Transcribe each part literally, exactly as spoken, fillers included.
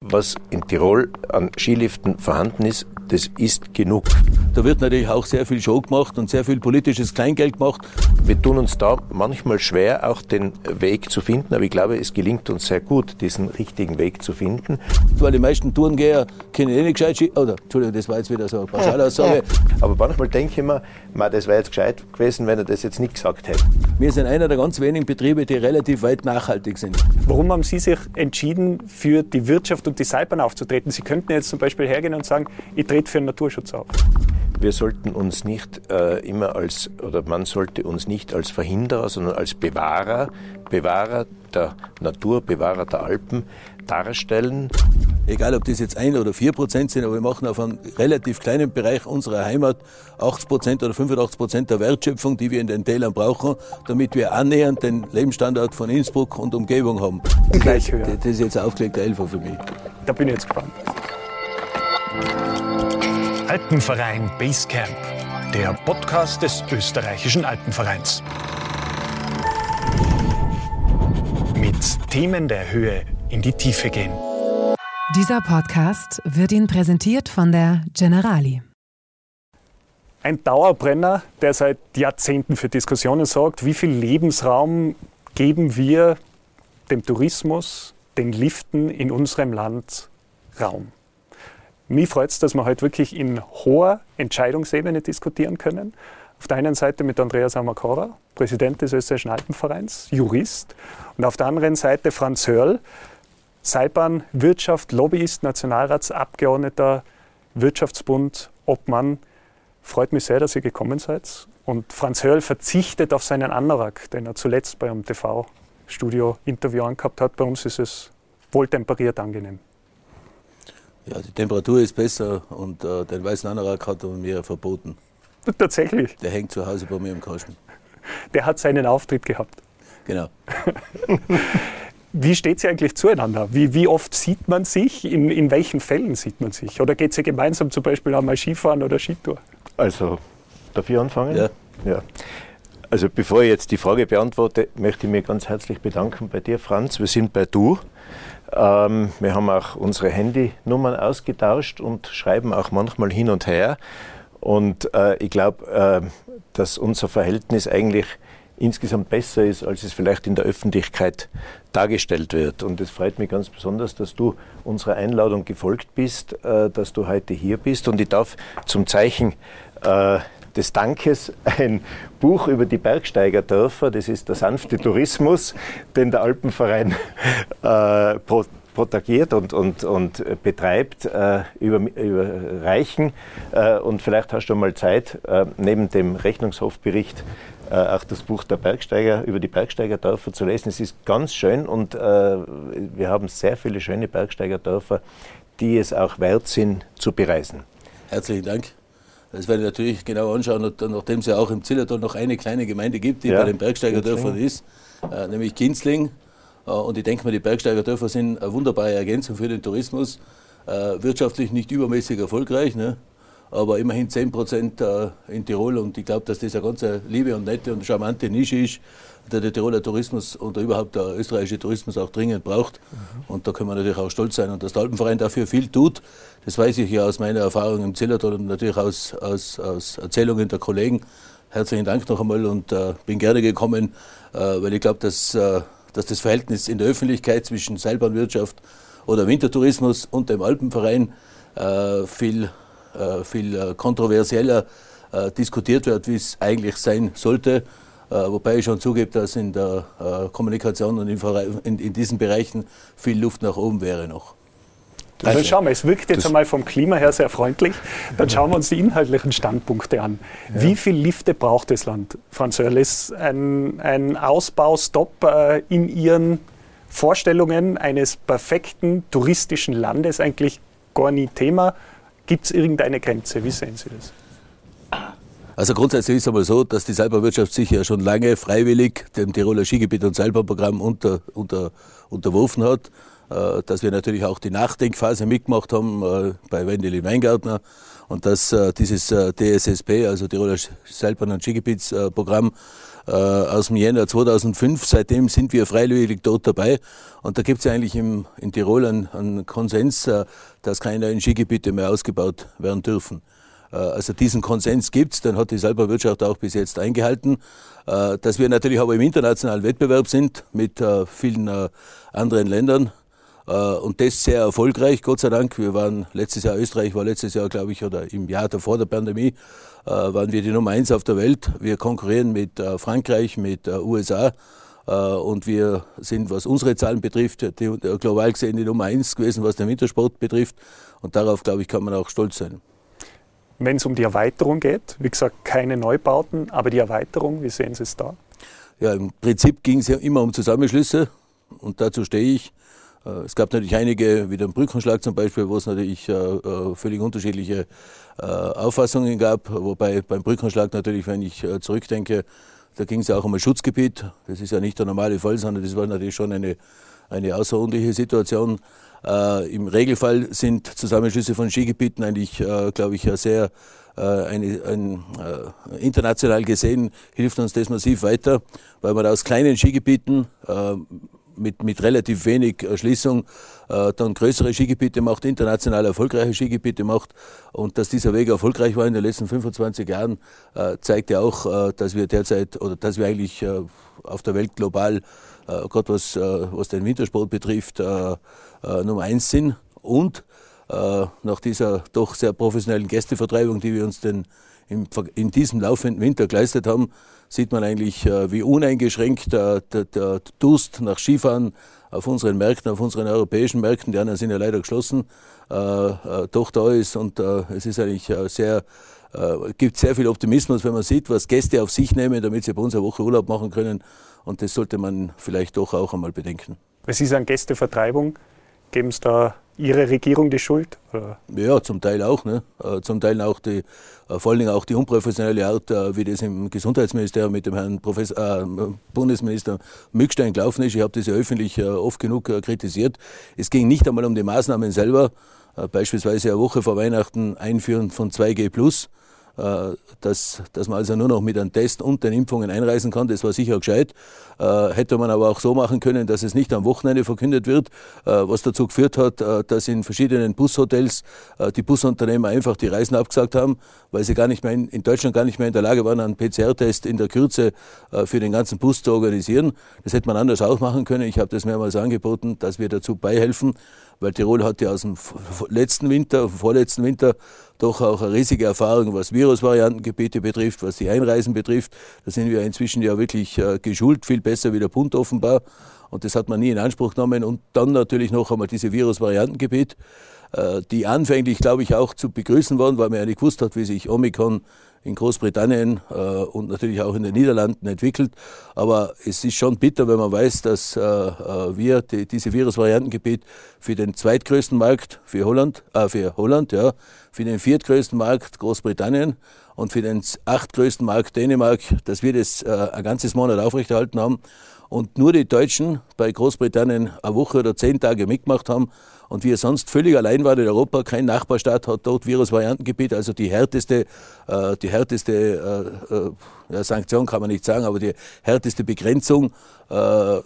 was in Tirol an Skiliften vorhanden ist, das ist genug. Da wird natürlich auch sehr viel Show gemacht und sehr viel politisches Kleingeld gemacht. Wir tun uns da manchmal schwer, auch den Weg zu finden, aber ich glaube, es gelingt uns sehr gut, diesen richtigen Weg zu finden. Weil die meisten Tourengeher können eh nicht gescheit Ski... Oder, Entschuldigung, das war jetzt wieder so eine Pauschalaussage. Aber manchmal denke ich mir, man, das wäre jetzt gescheit gewesen, wenn er das jetzt nicht gesagt hätte. Wir sind einer der ganz wenigen Betriebe, die relativ weit nachhaltig sind. Warum haben Sie sich entschieden, für die Wirtschaft und die Seilbahn aufzutreten? Sie könnten jetzt zum Beispiel hergehen und sagen, ich trete für den Naturschutz auf. Wir sollten uns nicht äh, immer als, oder man sollte uns nicht als Verhinderer, sondern als Bewahrer, Bewahrer der Natur, Bewahrer der Alpen darstellen. Egal, ob das jetzt ein oder vier Prozent sind, aber wir machen auf einem relativ kleinen Bereich unserer Heimat achtzig Prozent oder fünfundachtzig Prozent der Wertschöpfung, die wir in den Tälern brauchen, damit wir annähernd den Lebensstandard von Innsbruck und Umgebung haben. Gleich höher. Das ist jetzt aufgelegter Elfer für mich. Da bin ich jetzt gespannt. Alpenverein Basecamp, der Podcast des österreichischen Alpenvereins. Mit Themen der Höhe in die Tiefe gehen. Dieser Podcast wird Ihnen präsentiert von der Generali. Ein Dauerbrenner, der seit Jahrzehnten für Diskussionen sorgt. Wie viel Lebensraum geben wir dem Tourismus, den Liften in unserem Land Raum? Mich freut es, dass wir heute wirklich in hoher Entscheidungsebene diskutieren können. Auf der einen Seite mit Andreas Amakora, Präsident des österreichischen Alpenvereins, Jurist. Und auf der anderen Seite Franz Hörl, Seilbahn, Wirtschaft, Lobbyist, Nationalratsabgeordneter, Wirtschaftsbund, Obmann. Freut mich sehr, dass ihr gekommen seid. Und Franz Hörl verzichtet auf seinen Anorak, den er zuletzt bei einem T V-Studio Interview angehabt hat. Bei uns ist es wohltemperiert angenehm. Ja, die Temperatur ist besser und äh, den weißen Anorak hat er mir verboten. Tatsächlich? Der hängt zu Hause bei mir im Kasten. Der hat seinen Auftritt gehabt. Genau. Wie steht sie eigentlich zueinander? Wie, wie oft sieht man sich? In, in welchen Fällen sieht man sich? Oder geht sie gemeinsam zum Beispiel einmal Skifahren oder Skitour? Also, darf ich anfangen? Ja. Ja. Also bevor ich jetzt die Frage beantworte, möchte ich mich ganz herzlich bedanken bei dir, Franz. Wir sind bei Du. Ähm, wir haben auch unsere Handynummern ausgetauscht und schreiben auch manchmal hin und her. Und äh, ich glaube, äh, dass unser Verhältnis eigentlich insgesamt besser ist, als es vielleicht in der Öffentlichkeit dargestellt wird. Und es freut mich ganz besonders, dass du unserer Einladung gefolgt bist, äh, dass du heute hier bist. Und ich darf zum Zeichen äh, des Dankes ein Buch über die Bergsteigerdörfer, das ist der sanfte Tourismus, den der Alpenverein äh, pro, propagiert und, und, und betreibt, äh, über, überreichen. Äh, und vielleicht hast du mal Zeit, äh, neben dem Rechnungshofbericht äh, auch das Buch der Bergsteiger über die Bergsteigerdörfer zu lesen. Es ist ganz schön und äh, wir haben sehr viele schöne Bergsteigerdörfer, die es auch wert sind zu bereisen. Herzlichen Dank. Das werde ich natürlich genau anschauen, und nachdem es ja auch im Zillertal noch eine kleine Gemeinde gibt, die ja, bei den Bergsteigerdörfern ist, äh, nämlich Kinzling. Äh, und ich denke mal, die Bergsteigerdörfer sind eine wunderbare Ergänzung für den Tourismus. Äh, wirtschaftlich nicht übermäßig erfolgreich, ne? Aber immerhin zehn Prozent äh, in Tirol. Und ich glaube, dass das eine ganz liebe und nette und charmante Nische ist, der der Tiroler Tourismus und überhaupt der österreichische Tourismus auch dringend braucht. Mhm. Und da können wir natürlich auch stolz sein. Und dass der Alpenverein dafür viel tut, das weiß ich ja aus meiner Erfahrung im Zillertal und natürlich aus, aus, aus Erzählungen der Kollegen. Herzlichen Dank noch einmal und äh, bin gerne gekommen, äh, weil ich glaube, dass, äh, dass das Verhältnis in der Öffentlichkeit zwischen Seilbahnwirtschaft oder Wintertourismus und dem Alpenverein äh, viel, äh, viel äh, kontroversieller äh, diskutiert wird, wie es eigentlich sein sollte. Uh, wobei ich schon zugebe, dass in der uh, Kommunikation und in, in, in diesen Bereichen viel Luft nach oben wäre noch. Also dann schauen wir, es wirkt jetzt einmal vom Klima her sehr freundlich. Dann schauen wir uns die inhaltlichen Standpunkte an. Ja. Wie viele Lifte braucht das Land, Franz Hörl? Ist ein, ein Ausbaustopp äh, in Ihren Vorstellungen eines perfekten touristischen Landes eigentlich gar nie Thema? Gibt es irgendeine Grenze? Wie sehen Sie das? Also grundsätzlich ist es einmal so, dass die Seilbahnwirtschaft sich ja schon lange freiwillig dem Tiroler Skigebiet- und Seilbahnprogramm unter, unter, unterworfen hat. äh, dass wir natürlich auch die Nachdenkphase mitgemacht haben äh, bei Wendelin Weingartner und dass äh, dieses äh, D S S P, also Tiroler Seilbahn- und Skigebietsprogramm, äh, aus dem Jänner zweitausendfünf, seitdem sind wir freiwillig dort dabei und da gibt es ja eigentlich im, in Tirol einen, einen Konsens, äh, dass keine neuen Skigebiete mehr ausgebaut werden dürfen. Also diesen Konsens gibt es, den hat die Seilbahnwirtschaft auch bis jetzt eingehalten. Dass wir natürlich aber im internationalen Wettbewerb sind mit vielen anderen Ländern und das sehr erfolgreich, Gott sei Dank. Wir waren letztes Jahr, Österreich war letztes Jahr, glaube ich, oder im Jahr davor der Pandemie, waren wir die Nummer eins auf der Welt. Wir konkurrieren mit Frankreich, mit U S A und wir sind, was unsere Zahlen betrifft, die, global gesehen die Nummer eins gewesen, was den Wintersport betrifft und darauf, glaube ich, kann man auch stolz sein. Wenn es um die Erweiterung geht, wie gesagt, keine Neubauten, aber die Erweiterung, wie sehen Sie es da? Ja, im Prinzip ging es ja immer um Zusammenschlüsse und dazu stehe ich. Es gab natürlich einige, wie den Brückenschlag zum Beispiel, wo es natürlich äh, völlig unterschiedliche äh, Auffassungen gab, wobei beim Brückenschlag natürlich, wenn ich äh, zurückdenke, da ging es ja auch um ein Schutzgebiet. Das ist ja nicht der normale Fall, sondern das war natürlich schon eine, eine außerordentliche Situation. Äh, Im Regelfall sind Zusammenschlüsse von Skigebieten eigentlich, äh, glaube ich, ja sehr äh, eine, ein, äh, international gesehen hilft uns das massiv weiter, weil man aus kleinen Skigebieten äh, mit, mit relativ wenig Erschließung äh, dann größere Skigebiete macht, international erfolgreiche Skigebiete macht und dass dieser Weg erfolgreich war in den letzten fünfundzwanzig Jahren, äh, zeigt ja auch, äh, dass wir derzeit oder dass wir eigentlich äh, auf der Welt global, äh, gerade was, äh, was den Wintersport betrifft, äh, äh, Nummer eins sind und äh, nach dieser doch sehr professionellen Gästevertreibung, die wir uns denn im, in diesem laufenden Winter geleistet haben, sieht man eigentlich, äh, wie uneingeschränkt äh, der, der Durst nach Skifahren auf unseren Märkten, auf unseren europäischen Märkten, die anderen sind ja leider geschlossen, äh, äh, doch da ist und äh, es ist eigentlich äh, sehr äh, gibt sehr viel Optimismus, wenn man sieht, was Gäste auf sich nehmen, damit sie bei uns eine Woche Urlaub machen können und das sollte man vielleicht doch auch einmal bedenken. Es ist eine Gästevertreibung. Geben Sie da Ihre Regierung die Schuld? Oder? Ja, zum Teil auch. Ne? Äh, zum Teil auch die, äh, vor allen Dingen auch die unprofessionelle Art, äh, wie das im Gesundheitsministerium mit dem Herrn Professor, äh, Bundesminister Mückstein gelaufen ist. Ich habe das ja öffentlich äh, oft genug äh, kritisiert. Es ging nicht einmal um die Maßnahmen selber. Äh, beispielsweise eine Woche vor Weihnachten Einführen von zwei G plus. Dass, dass man also nur noch mit einem Test und den Impfungen einreisen kann, das war sicher gescheit. Äh, hätte man aber auch so machen können, dass es nicht am Wochenende verkündet wird, äh, was dazu geführt hat, äh, dass in verschiedenen Bushotels äh, die Busunternehmer einfach die Reisen abgesagt haben, weil sie gar nicht mehr in, in Deutschland gar nicht mehr in der Lage waren, einen P C R-Test in der Kürze äh, für den ganzen Bus zu organisieren. Das hätte man anders auch machen können. Ich habe das mehrmals angeboten, dass wir dazu beihelfen, weil Tirol hat ja aus dem letzten Winter, vorletzten Winter, doch auch eine riesige Erfahrung, was Virusvariantengebiete betrifft, was die Einreisen betrifft. Da sind wir inzwischen ja wirklich äh, geschult, viel besser wie der Bund offenbar. Und das hat man nie in Anspruch genommen. Und dann natürlich noch einmal diese Virusvariantengebiet, äh, die anfänglich, glaube ich, auch zu begrüßen waren, weil man ja nicht gewusst hat, wie sich Omikron in Großbritannien äh, und natürlich auch in den Niederlanden entwickelt. Aber es ist schon bitter, wenn man weiß, dass äh, wir die, diese Virusvariantengebiet für den zweitgrößten Markt, für Holland, äh, für Holland, ja, für den viertgrößten Markt Großbritannien und für den achtgrößten Markt Dänemark, dass wir das äh, ein ganzes Monat aufrechterhalten haben und nur die Deutschen bei Großbritannien eine Woche oder zehn Tage mitgemacht haben und wir sonst völlig allein waren in Europa. Kein Nachbarstaat hat dort Virusvariantengebiet, also die härteste, äh, die härteste äh, äh, ja, Sanktion kann man nicht sagen, aber die härteste Begrenzung äh, äh,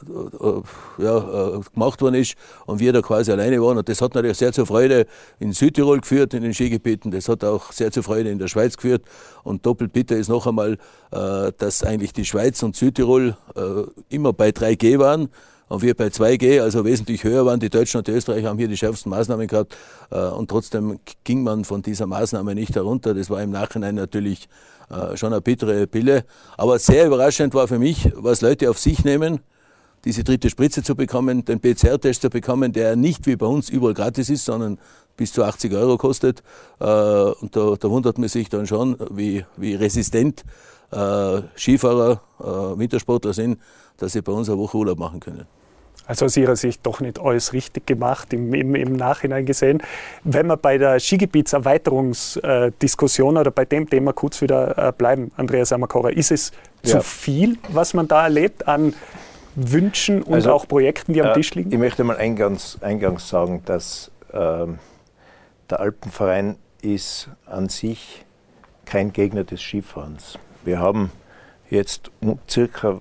ja, äh, gemacht worden ist und wir da quasi alleine waren. Und das hat natürlich sehr zur Freude in Südtirol geführt, in den Skigebieten. Das hat auch sehr zur Freude in der Schweiz geführt. Und doppelt bitter ist noch einmal, äh, dass eigentlich die Schweiz und Südtirol äh, immer bei drei G waren. Und wir bei zwei G, also wesentlich höher waren. Die Deutschen und die Österreicher haben hier die schärfsten Maßnahmen gehabt. Äh, und trotzdem ging man von dieser Maßnahme nicht herunter. Das war im Nachhinein natürlich äh, schon eine bittere Pille. Aber sehr überraschend war für mich, was Leute auf sich nehmen, diese dritte Spritze zu bekommen, den P C R-Test zu bekommen, der nicht wie bei uns überall gratis ist, sondern bis zu achtzig Euro kostet. Äh, und da, da wundert man sich dann schon, wie, wie resistent äh, Skifahrer, äh, Wintersportler sind, dass sie bei uns eine Woche Urlaub machen können. Also aus Ihrer Sicht doch nicht alles richtig gemacht, im, im, im Nachhinein gesehen. Wenn wir bei der Skigebietserweiterungsdiskussion äh, oder bei dem Thema kurz wieder äh, bleiben, Andreas Amakora, ist es ja. zu viel, was man da erlebt an Wünschen und also, auch Projekten, die am äh, Tisch liegen? Ich möchte mal eingangs, eingangs sagen, dass ähm, der Alpenverein ist an sich kein Gegner des Skifahrens. Wir haben jetzt circa,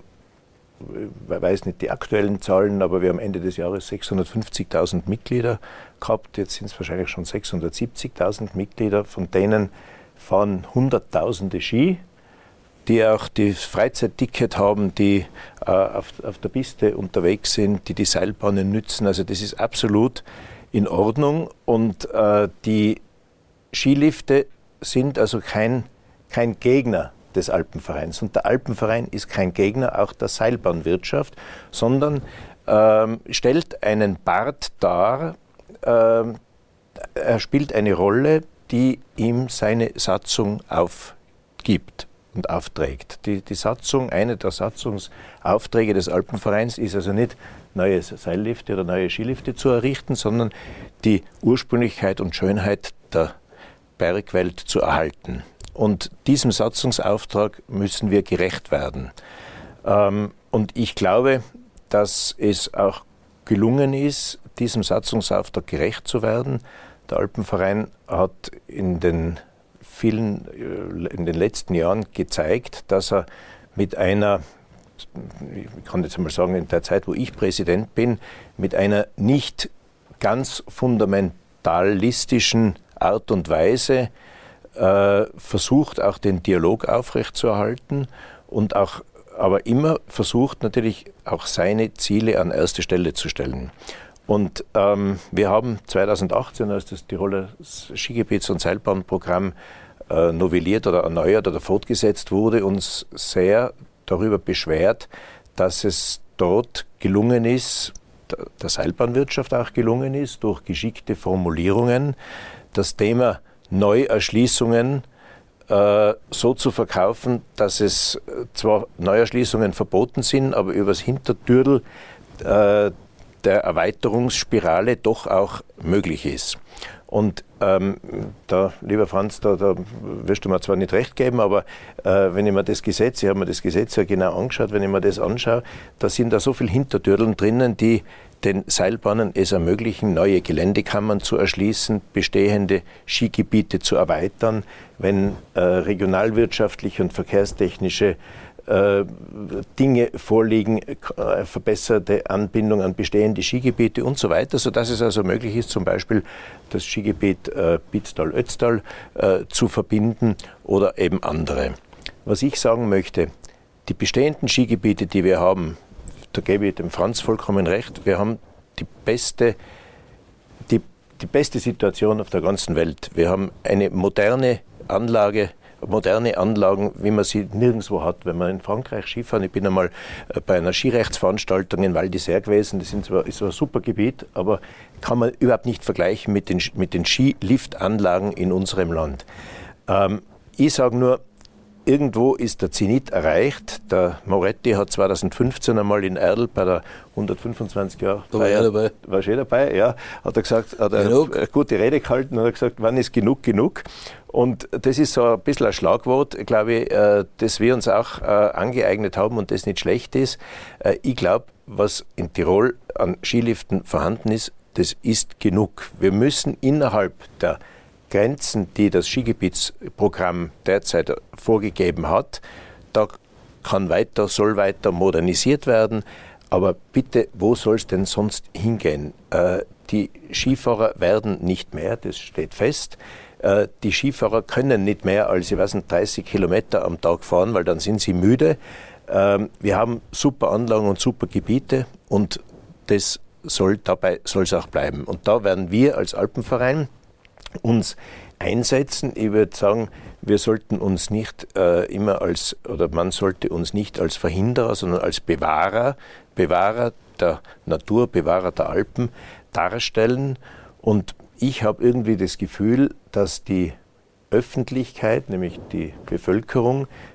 ich weiß nicht die aktuellen Zahlen, aber wir haben Ende des Jahres sechshundertfünfzigtausend Mitglieder gehabt. Jetzt sind es wahrscheinlich schon sechshundertsiebzigtausend Mitglieder, von denen fahren Hunderttausende Ski, die auch das Freizeitticket haben, die äh, auf, auf der Piste unterwegs sind, die die Seilbahnen nützen. Also das ist absolut in Ordnung. Und äh, die Skilifte sind also kein, kein Gegner des Alpenvereins. Und der Alpenverein ist kein Gegner auch der Seilbahnwirtschaft, sondern ähm, stellt einen Part dar, ähm, er spielt eine Rolle, die ihm seine Satzung aufgibt und aufträgt. Die, die Satzung, eine der Satzungsaufträge des Alpenvereins ist also nicht, neue Seillifte oder neue Skilifte zu errichten, sondern die Ursprünglichkeit und Schönheit der Bergwelt zu erhalten. Und diesem Satzungsauftrag müssen wir gerecht werden. Ähm, und ich glaube, dass es auch gelungen ist, diesem Satzungsauftrag gerecht zu werden. Der Alpenverein hat in den vielen, in den letzten Jahren gezeigt, dass er mit einer, ich kann jetzt mal sagen, in der Zeit, wo ich Präsident bin, mit einer nicht ganz fundamentalistischen Art und Weise äh, versucht, auch den Dialog aufrechtzuerhalten und auch, aber immer versucht natürlich auch seine Ziele an erste Stelle zu stellen. Und ähm, wir haben zweitausendachtzehn, als das Tiroler Skigebiets- und Seilbahnprogramm äh, novelliert oder erneuert oder fortgesetzt wurde, uns sehr darüber beschwert, dass es dort gelungen ist, der Seilbahnwirtschaft auch gelungen ist, durch geschickte Formulierungen das Thema Neuerschließungen äh, so zu verkaufen, dass es zwar Neuerschließungen verboten sind, aber übers Hintertürdel äh, der Erweiterungsspirale doch auch möglich ist. Und ähm, da, lieber Franz, da, da wirst du mir zwar nicht recht geben, aber äh, wenn ich mir das Gesetz, ich habe mir das Gesetz ja genau angeschaut, wenn ich mir das anschaue, da sind da so viele Hintertürdeln drinnen, die den Seilbahnen es ermöglichen, neue Geländekammern zu erschließen, bestehende Skigebiete zu erweitern, wenn äh, regionalwirtschaftliche und verkehrstechnische äh, Dinge vorliegen, äh, verbesserte Anbindung an bestehende Skigebiete und so weiter, sodass es also möglich ist, zum Beispiel das Skigebiet äh, Pitztal-Ötztal äh, zu verbinden oder eben andere. Was ich sagen möchte, die bestehenden Skigebiete, die wir haben, da gebe ich dem Franz vollkommen recht, wir haben die beste, die, die beste Situation auf der ganzen Welt. Wir haben eine moderne Anlage, moderne Anlagen, wie man sie nirgendwo hat. Wenn man in Frankreich Skifahren, ich bin einmal bei einer Skirechtsveranstaltung in Val d'Isère gewesen, das sind zwar, ist zwar ein super Gebiet, aber kann man überhaupt nicht vergleichen mit den, mit den Skiliftanlagen in unserem Land. Ähm, ich sage nur, irgendwo ist der Zenit erreicht. Der Moretti hat zweitausendfünfzehn einmal in Erdl bei der hundertfünfundzwanzig Jahre da war er dabei. War schon dabei, ja. Hat er gesagt, hat er eine gute Rede gehalten und hat gesagt, wann ist genug genug? Und das ist so ein bisschen ein Schlagwort, glaube ich, das wir uns auch angeeignet haben und das nicht schlecht ist. Ich glaube, was in Tirol an Skiliften vorhanden ist, das ist genug. Wir müssen innerhalb der Grenzen, die das Skigebietsprogramm derzeit vorgegeben hat, da kann weiter, soll weiter modernisiert werden. Aber bitte, wo soll es denn sonst hingehen? Äh, die Skifahrer werden nicht mehr, das steht fest. Äh, die Skifahrer können nicht mehr als, ich weiß nicht, dreißig Kilometer am Tag fahren, weil dann sind sie müde. Äh, wir haben super Anlagen und super Gebiete und das soll dabei soll es auch bleiben. Und da werden wir als Alpenverein uns einsetzen. Ich würde sagen, wir sollten uns nicht äh, immer als, oder man sollte uns nicht als Verhinderer, sondern als Bewahrer, Bewahrer der Natur, Bewahrer der Alpen darstellen. Und ich habe irgendwie das Gefühl, dass die Öffentlichkeit, nämlich die Bevölkerung,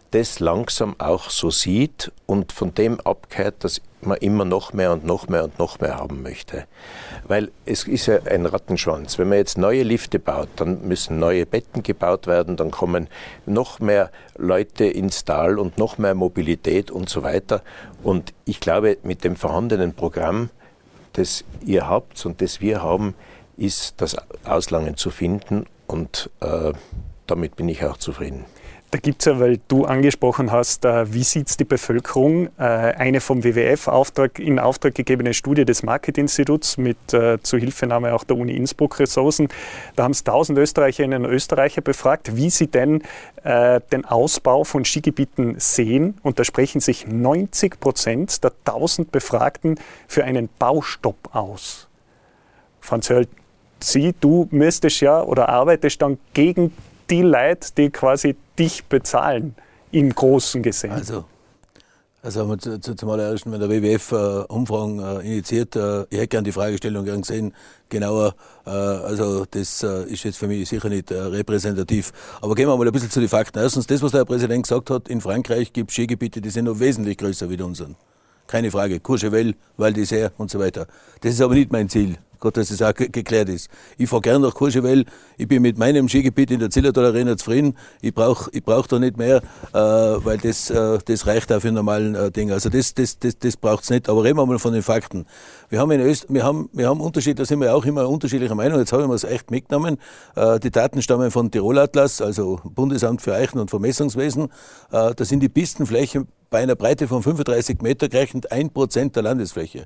das langsam auch so sieht und von dem abkehrt, dass man immer noch mehr und noch mehr und noch mehr haben möchte. Weil es ist ja ein Rattenschwanz. Wenn man jetzt neue Lifte baut, dann müssen neue Betten gebaut werden, dann kommen noch mehr Leute ins Tal und noch mehr Mobilität und so weiter. Und ich glaube, mit dem vorhandenen Programm, das ihr habt und das wir haben, ist das Auslangen zu finden und äh, damit bin ich auch zufrieden. Da gibt es ja, weil du angesprochen hast, äh, wie sieht es die Bevölkerung, äh, eine vom W W F Auftrag, in Auftrag gegebene Studie des Market-Instituts mit äh, Zuhilfenahme auch der Uni Innsbruck Ressourcen. Da haben es tausend Österreicherinnen und Österreicher befragt, wie sie denn äh, den Ausbau von Skigebieten sehen. Und da sprechen sich neunzig Prozent der tausend Befragten für einen Baustopp aus. Franz Hörl, Sie, du müsstest ja oder arbeitest dann gegen die Leute, die quasi dich bezahlen, im Großen gesehen. Also, also haben wir zu, zu, zum allerersten, wenn der W W F äh, Umfragen äh, initiiert, äh, ich hätte gerne die Fragestellung gern gesehen, genauer, äh, also das äh, ist jetzt für mich sicher nicht äh, repräsentativ. Aber gehen wir mal ein bisschen zu den Fakten. Erstens, das, was der Herr Präsident gesagt hat, in Frankreich gibt es Skigebiete, die sind noch wesentlich größer wie unseren. Keine Frage. Courchevel, Val d'Isère und so weiter. Das ist aber nicht mein Ziel. Gott, dass das auch geklärt ist. Ich fahre gern nach Courchevel. Ich bin mit meinem Skigebiet in der Zillertal Arena zufrieden. Ich brauche ich brauch da nicht mehr, äh, weil das, äh, das reicht auch für normalen äh, Dinge. Also das, das, das, das braucht es nicht. Aber reden wir mal von den Fakten. Wir haben in Öst, wir haben, wir haben Unterschied, da sind wir auch immer unterschiedlicher Meinung. Jetzt habe ich mir es echt mitgenommen. Äh, die Daten stammen von Tirol Atlas, also Bundesamt für Eichen- und Vermessungswesen. Äh, da sind die Pistenflächen bei einer Breite von fünfunddreißig Meter gerechnet ein Prozent der Landesfläche.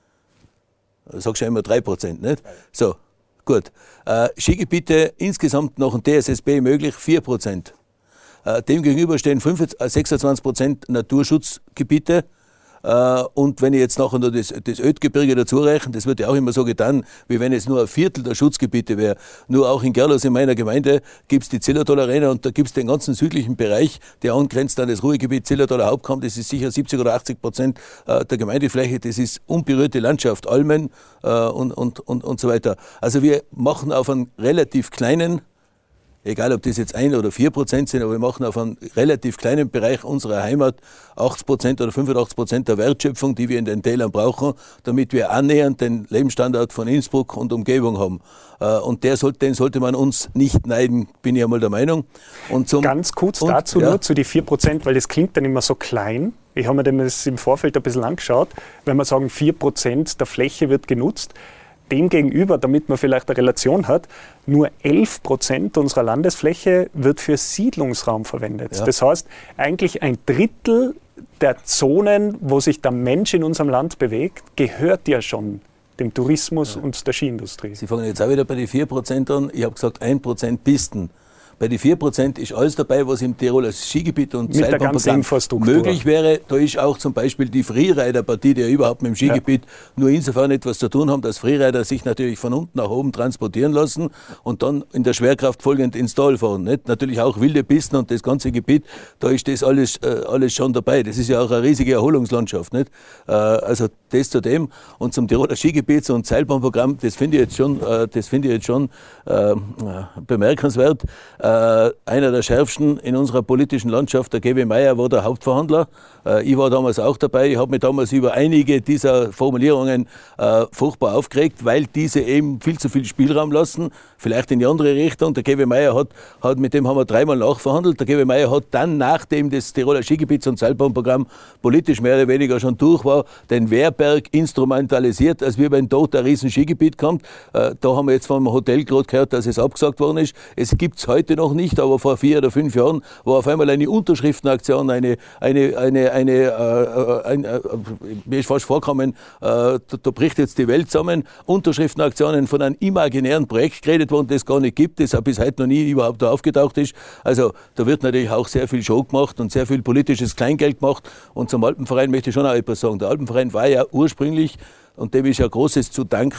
Du sagst ja immer drei Prozent, nicht? So, gut. Äh, Skigebiete insgesamt nach dem D S S B möglich vier Prozent. Äh, demgegenüber stehen sechsundzwanzig Prozent Naturschutzgebiete. Äh, und wenn ich jetzt nachher noch das, das Ödgebirge dazu rechne, das wird ja auch immer so getan, wie wenn es nur ein Viertel der Schutzgebiete wäre. Nur auch in Gerlos in meiner Gemeinde gibt es die Zillertal Arena und da gibt es den ganzen südlichen Bereich, der angrenzt an das Ruhrgebiet Zillertaler Hauptkamm. Das ist sicher siebzig oder achtzig Prozent äh, der Gemeindefläche. Das ist unberührte Landschaft, Almen äh, und, und, und, und so weiter. Also wir machen auf einen relativ kleinen, egal ob das jetzt ein oder vier Prozent sind, aber wir machen auf einem relativ kleinen Bereich unserer Heimat achtzig Prozent oder fünfundachtzig Prozent der Wertschöpfung, die wir in den Tälern brauchen, damit wir annähernd den Lebensstandard von Innsbruck und Umgebung haben. Und der sollte, den sollte man uns nicht neiden, bin ich einmal der Meinung. Und zum, Ganz kurz und, dazu ja. nur zu die vier Prozent, weil das klingt dann immer so klein. Ich habe mir das im Vorfeld ein bisschen angeschaut. Wenn wir sagen, vier Prozent der Fläche wird genutzt, demgegenüber, damit man vielleicht eine Relation hat, nur elf Prozent unserer Landesfläche wird für Siedlungsraum verwendet. Ja. Das heißt, eigentlich ein Drittel der Zonen, wo sich der Mensch in unserem Land bewegt, gehört ja schon dem Tourismus ja. und der Skiindustrie. Sie fangen jetzt auch wieder bei den vier Prozent an. Ich habe gesagt, ein Prozent Pisten. Bei den vier Prozent ist alles dabei, was im Tiroler Skigebiet und Seilbahnprogramm möglich wäre. Da ist auch zum Beispiel die Freerider-Partie, die ja überhaupt mit dem Skigebiet ja. nur insofern etwas zu tun haben, dass Freerider sich natürlich von unten nach oben transportieren lassen und dann in der Schwerkraft folgend ins Tal fahren. Nicht? Natürlich auch wilde Pisten und das ganze Gebiet, da ist das alles, äh, alles schon dabei. Das ist ja auch eine riesige Erholungslandschaft. Nicht? Äh, also das zu dem. Und zum Tiroler Skigebiets- und Seilbahnprogramm, das finde ich jetzt schon, äh, das finde ich jetzt schon äh, bemerkenswert. Äh, einer der schärfsten in unserer politischen Landschaft, der G W Meyer, war der Hauptverhandler. Äh, ich war damals auch dabei. Ich habe mich damals über einige dieser Formulierungen äh, furchtbar aufgeregt, weil diese eben viel zu viel Spielraum lassen, vielleicht in die andere Richtung. Der G W Meyer hat, hat, mit dem haben wir dreimal nachverhandelt. Der G W Meyer hat dann, nachdem das Tiroler Skigebiets- und Seilbahnprogramm politisch mehr oder weniger schon durch war, den Wehrberg instrumentalisiert, als wir beim Tod ein riesen Skigebiet kommt. Äh, da haben wir jetzt vom Hotel gerade gehört, dass es abgesagt worden ist. Es gibt es heute noch nicht, aber vor vier oder fünf Jahren war auf einmal eine Unterschriftenaktion, eine, eine, eine, eine, äh, ein, äh, mir ist fast vorgekommen, äh, da, da bricht jetzt die Welt zusammen, Unterschriftenaktionen von einem imaginären Projekt geredet worden, das gar nicht gibt, das auch bis heute noch nie überhaupt da aufgetaucht ist. Also da wird natürlich auch sehr viel Show gemacht und sehr viel politisches Kleingeld gemacht. Und zum Alpenverein möchte ich schon auch etwas sagen. Der Alpenverein war ja ursprünglich, und dem ist ja Großes zu danken,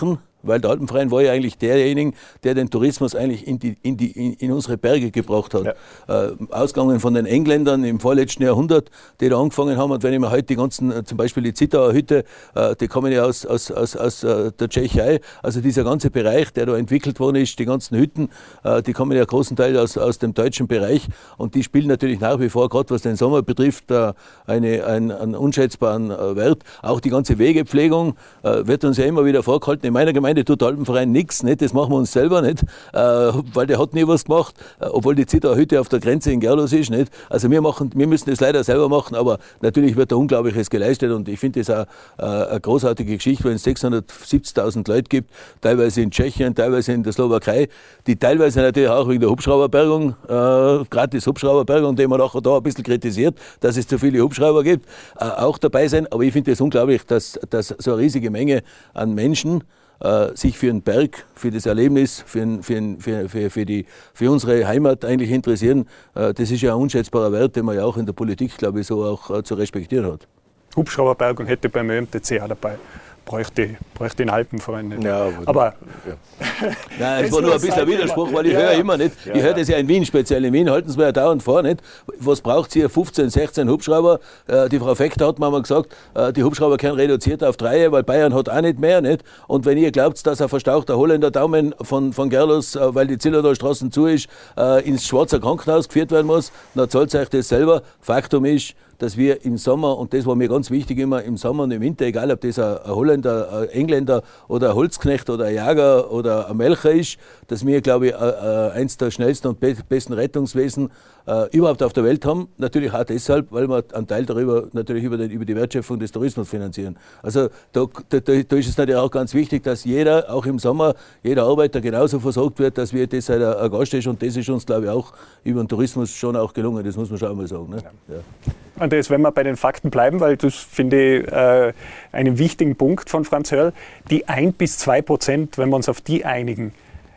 weil der Alpenverein war ja eigentlich derjenige, der den Tourismus eigentlich in, die, in, die, in, in unsere Berge gebracht hat. Ja. Äh, ausgegangen von den Engländern im vorletzten Jahrhundert, die da angefangen haben. Und wenn ich mir heute die ganzen, äh, zum Beispiel die Zittauer Hütte, äh, die kommen ja aus, aus, aus, aus äh, der Tschechei, also dieser ganze Bereich, der da entwickelt worden ist, die ganzen Hütten, äh, die kommen ja großen Teil aus, aus dem deutschen Bereich und die spielen natürlich nach wie vor, gerade was den Sommer betrifft, äh, eine, ein, einen unschätzbaren äh, Wert. Auch die ganze Wegepflegung äh, wird uns ja immer wieder vorgehalten. In meiner Gemeinde tut der Alpenverein nichts, nicht? Das machen wir uns selber nicht, äh, weil der hat nie was gemacht, äh, obwohl die Zittauer Hütte auf der Grenze in Gerlos ist. Nicht? Also wir, machen, wir müssen das leider selber machen, aber natürlich wird da Unglaubliches geleistet und ich finde das auch äh, eine großartige Geschichte, wenn es sechshundertsiebzigtausend Leute gibt, teilweise in Tschechien, teilweise in der Slowakei, die teilweise natürlich auch wegen der Hubschrauberbergung, äh, gratis Hubschrauberbergung, die man nachher da ein bisschen kritisiert, dass es zu viele Hubschrauber gibt, äh, auch dabei sein. Aber ich finde es das unglaublich, dass, dass so eine riesige Menge an Menschen äh, sich für den Berg, für das Erlebnis, für, für, für, für, für, die, für unsere Heimat eigentlich interessieren. Äh, das ist ja ein unschätzbarer Wert, den man ja auch in der Politik, glaube ich, so auch äh, zu respektieren hat. Hubschrauberbergung hätte beim Ö M T C auch dabei. Bräuchte, bräuchte den Alpenverein nicht. Ja, aber, aber ja. Nein, es war nur ein bisschen ein Widerspruch, weil ich ja, höre ja immer nicht, ja, ich höre das ja in Wien speziell, in Wien halten sie mir ja dauernd vor, nicht? Was braucht sie? fünfzehn, sechzehn Hubschrauber? Äh, die Frau Fechter hat mir mal gesagt, äh, die Hubschrauber können reduziert auf drei, weil Bayern hat auch nicht mehr, nicht? Und wenn ihr glaubt, dass ein verstauchter Holländer Daumen von, von Gerlos, äh, weil die Zillertaler Straße zu ist, äh, ins Schwarzer Krankenhaus geführt werden muss, dann zahlt euch das selber. Faktum ist, dass wir im Sommer, und das war mir ganz wichtig immer, im Sommer und im Winter, egal ob das ein Holländer, ein Engländer oder ein Holzknecht oder ein Jager oder ein Melcher ist, dass wir, glaube ich, eins der schnellsten und besten Rettungswesen äh, überhaupt auf der Welt haben. Natürlich auch deshalb, weil wir einen Teil darüber natürlich über, den, über die Wertschöpfung des Tourismus finanzieren. Also da, da, da ist es natürlich auch ganz wichtig, dass jeder, auch im Sommer, jeder Arbeiter genauso versorgt wird, dass wir das halt ein Gast ist. Und das ist uns, glaube ich, auch über den Tourismus schon auch gelungen. Das muss man schon einmal sagen. Ne? Ja. Ja. Andreas, wenn wir bei den Fakten bleiben, weil das finde ich äh, einen wichtigen Punkt von Franz Hörl, die ein bis zwei Prozent, wenn wir uns auf die einigen,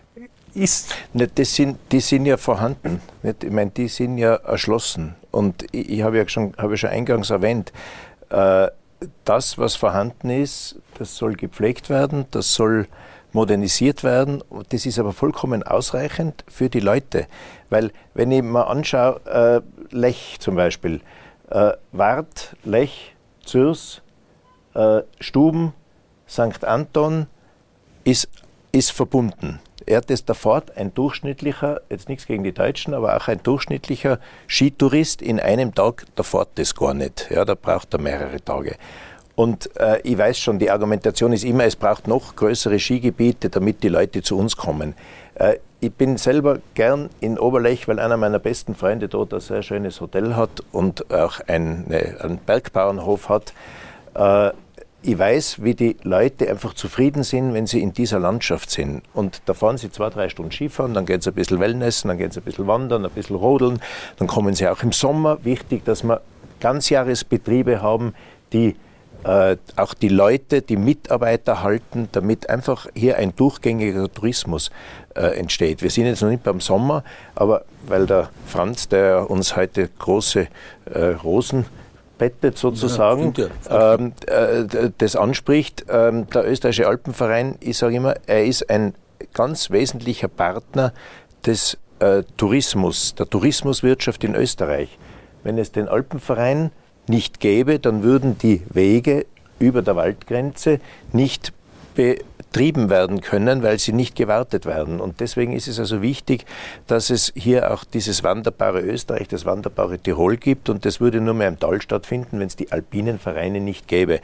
ist... Ne, das sind, die sind ja vorhanden. Nicht? Ich meine, die sind ja erschlossen. Und ich, ich habe ja schon, habe ja schon eingangs erwähnt, äh, das, was vorhanden ist, das soll gepflegt werden, das soll modernisiert werden. Das ist aber vollkommen ausreichend für die Leute. Weil, wenn ich mal anschaue, äh, Lech zum Beispiel, Äh, Wart, Lech, Zürs, äh, Stuben, Sankt Anton ist, ist verbunden. Er hat das davor, ein durchschnittlicher, jetzt nichts gegen die Deutschen, aber auch ein durchschnittlicher Skitourist in einem Tag, da fährt das gar nicht. Ja, da braucht er mehrere Tage. Und äh, ich weiß schon, die Argumentation ist immer, es braucht noch größere Skigebiete, damit die Leute zu uns kommen. Äh, Ich bin selber gern in Oberlech, weil einer meiner besten Freunde dort ein sehr schönes Hotel hat und auch eine, einen Bergbauernhof hat. Äh, ich weiß, wie die Leute einfach zufrieden sind, wenn sie in dieser Landschaft sind. Und da fahren sie zwei, drei Stunden Skifahren, dann gehen sie ein bisschen Wellnessen, dann gehen sie ein bisschen wandern, ein bisschen rodeln. Dann kommen sie auch im Sommer. Wichtig, dass wir Ganzjahresbetriebe haben, die Äh, auch die Leute, die Mitarbeiter halten, damit einfach hier ein durchgängiger Tourismus äh, entsteht. Wir sind jetzt noch nicht beim Sommer, aber weil der Franz, der uns heute große äh, Rosen bettet sozusagen, ja, ja. Ähm, äh, das anspricht, ähm, der österreichische Alpenverein, ich sage immer, er ist ein ganz wesentlicher Partner des äh, Tourismus, der Tourismuswirtschaft in Österreich. Wenn es den Alpenverein nicht gäbe, dann würden die Wege über der Waldgrenze nicht betrieben werden können, weil sie nicht gewartet werden. Und deswegen ist es also wichtig, dass es hier auch dieses wanderbare Österreich, das wanderbare Tirol gibt. Und das würde nur mehr im Tal stattfinden, wenn es die alpinen Vereine nicht gäbe.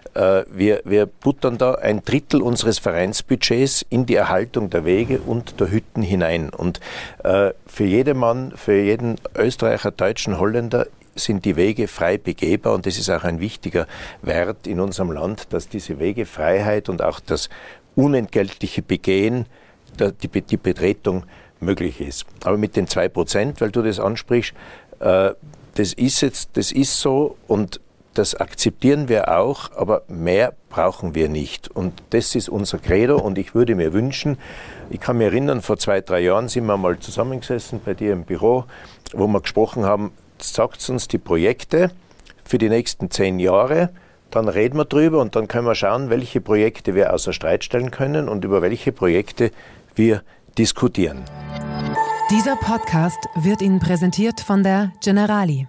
Wir, wir buttern da ein Drittel unseres Vereinsbudgets in die Erhaltung der Wege und der Hütten hinein. Und für jedermann, für jeden Österreicher, Deutschen, Holländer sind die Wege frei begehbar und das ist auch ein wichtiger Wert in unserem Land, dass diese Wegefreiheit und auch das unentgeltliche Begehen, die, die Betretung möglich ist. Aber mit den zwei Prozent, weil du das ansprichst, äh, das ist jetzt, das ist so und das akzeptieren wir auch, aber mehr brauchen wir nicht. Und das ist unser Credo und ich würde mir wünschen, ich kann mich erinnern, vor zwei, drei Jahren sind wir mal zusammengesessen bei dir im Büro, wo wir gesprochen haben, sagt uns die Projekte für die nächsten zehn Jahre, dann reden wir drüber und dann können wir schauen, welche Projekte wir außer Streit stellen können und über welche Projekte wir diskutieren. Dieser Podcast wird Ihnen präsentiert von der Generali.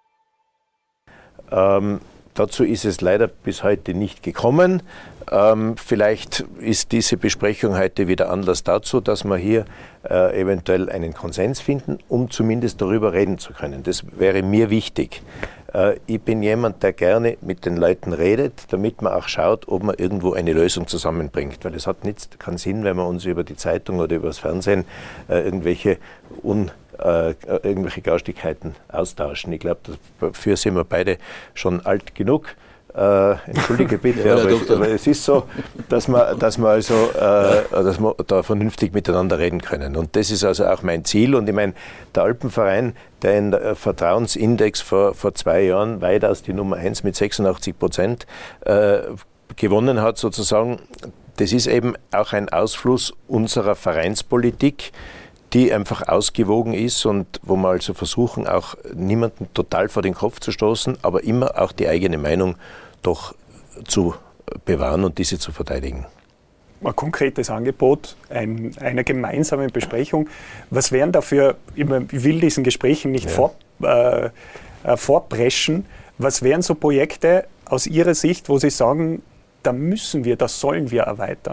Ähm, dazu ist es leider bis heute nicht gekommen. Ähm, vielleicht ist diese Besprechung heute wieder Anlass dazu, dass wir hier äh, eventuell einen Konsens finden, um zumindest darüber reden zu können. Das wäre mir wichtig. Äh, ich bin jemand, der gerne mit den Leuten redet, damit man auch schaut, ob man irgendwo eine Lösung zusammenbringt. Weil es hat nichts, keinen Sinn, wenn wir uns über die Zeitung oder über das Fernsehen äh, irgendwelche un Äh, irgendwelche Garstigkeiten austauschen. Ich glaube, dafür sind wir beide schon alt genug. Äh, entschuldige bitte, ja, aber, es, aber es ist so, dass wir, dass wir also äh, dass wir da vernünftig miteinander reden können. Und das ist also auch mein Ziel. Und ich meine, der Alpenverein, der in der Vertrauensindex vor, vor zwei Jahren weitaus die Nummer eins mit sechsundachtzig Prozent äh, gewonnen hat, sozusagen, das ist eben auch ein Ausfluss unserer Vereinspolitik, die einfach ausgewogen ist und wo wir also versuchen, auch niemanden total vor den Kopf zu stoßen, aber immer auch die eigene Meinung doch zu bewahren und diese zu verteidigen. Ein konkretes Angebot ein, einer gemeinsamen Besprechung. Was wären dafür, ich will diesen Gesprächen nicht ja. vor, äh, vorpreschen, was wären so Projekte aus Ihrer Sicht, wo Sie sagen, da müssen wir, das sollen wir erweitern?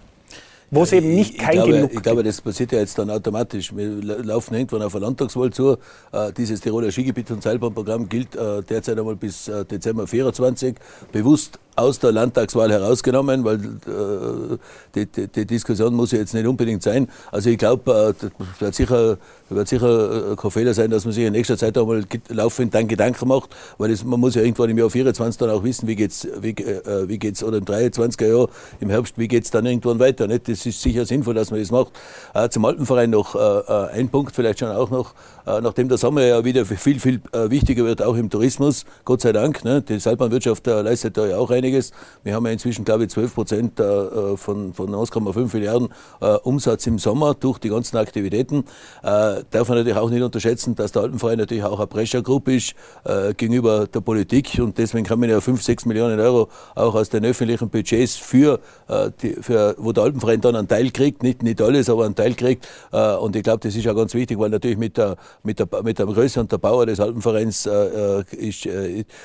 Wo es eben nicht kein glaube, genug Ich glaube, das passiert ja jetzt dann automatisch. Wir laufen irgendwann auf eine Landtagswahl zu. Äh, dieses Tiroler Skigebiet- und Seilbahnprogramm gilt äh, derzeit einmal bis äh, Dezember vierundzwanzig. Bewusst aus der Landtagswahl herausgenommen, weil äh, die, die, die Diskussion muss ja jetzt nicht unbedingt sein. Also ich glaube, äh, das wird sicher, wird sicher kein Fehler sein, dass man sich in nächster Zeit einmal laufend dann Gedanken macht, weil das, man muss ja irgendwann im Jahr vierundzwanzig dann auch wissen, wie geht's, wie, äh, wie geht's, oder im dreiundzwanziger Jahr im Herbst, wie geht's dann irgendwann weiter. Nicht? Das ist sicher sinnvoll, dass man das macht. Äh, zum Alpenverein noch äh, ein Punkt, vielleicht schon auch noch, äh, nachdem der Sommer ja wieder viel, viel äh, wichtiger wird, auch im Tourismus, Gott sei Dank. Ne? Die Seilbahnwirtschaft äh, leistet da ja auch einiges. Wir haben ja inzwischen, glaube ich, zwölf Prozent äh, von, von eins Komma fünf Milliarden äh, Umsatz im Sommer durch die ganzen Aktivitäten. Äh, darf man natürlich auch nicht unterschätzen, dass der Alpenverein natürlich auch eine Pressure Group ist äh, gegenüber der Politik, und deswegen kann man ja fünf, sechs Millionen Euro auch aus den öffentlichen Budgets für, äh, die, für wo der Alpenverein dann einen Teil kriegt, nicht, nicht alles, aber einen Teil kriegt. Äh, und ich glaube, das ist ja ganz wichtig, weil natürlich mit der, mit der, mit der Größe und der Power des Alpenvereins äh, ist, äh, äh,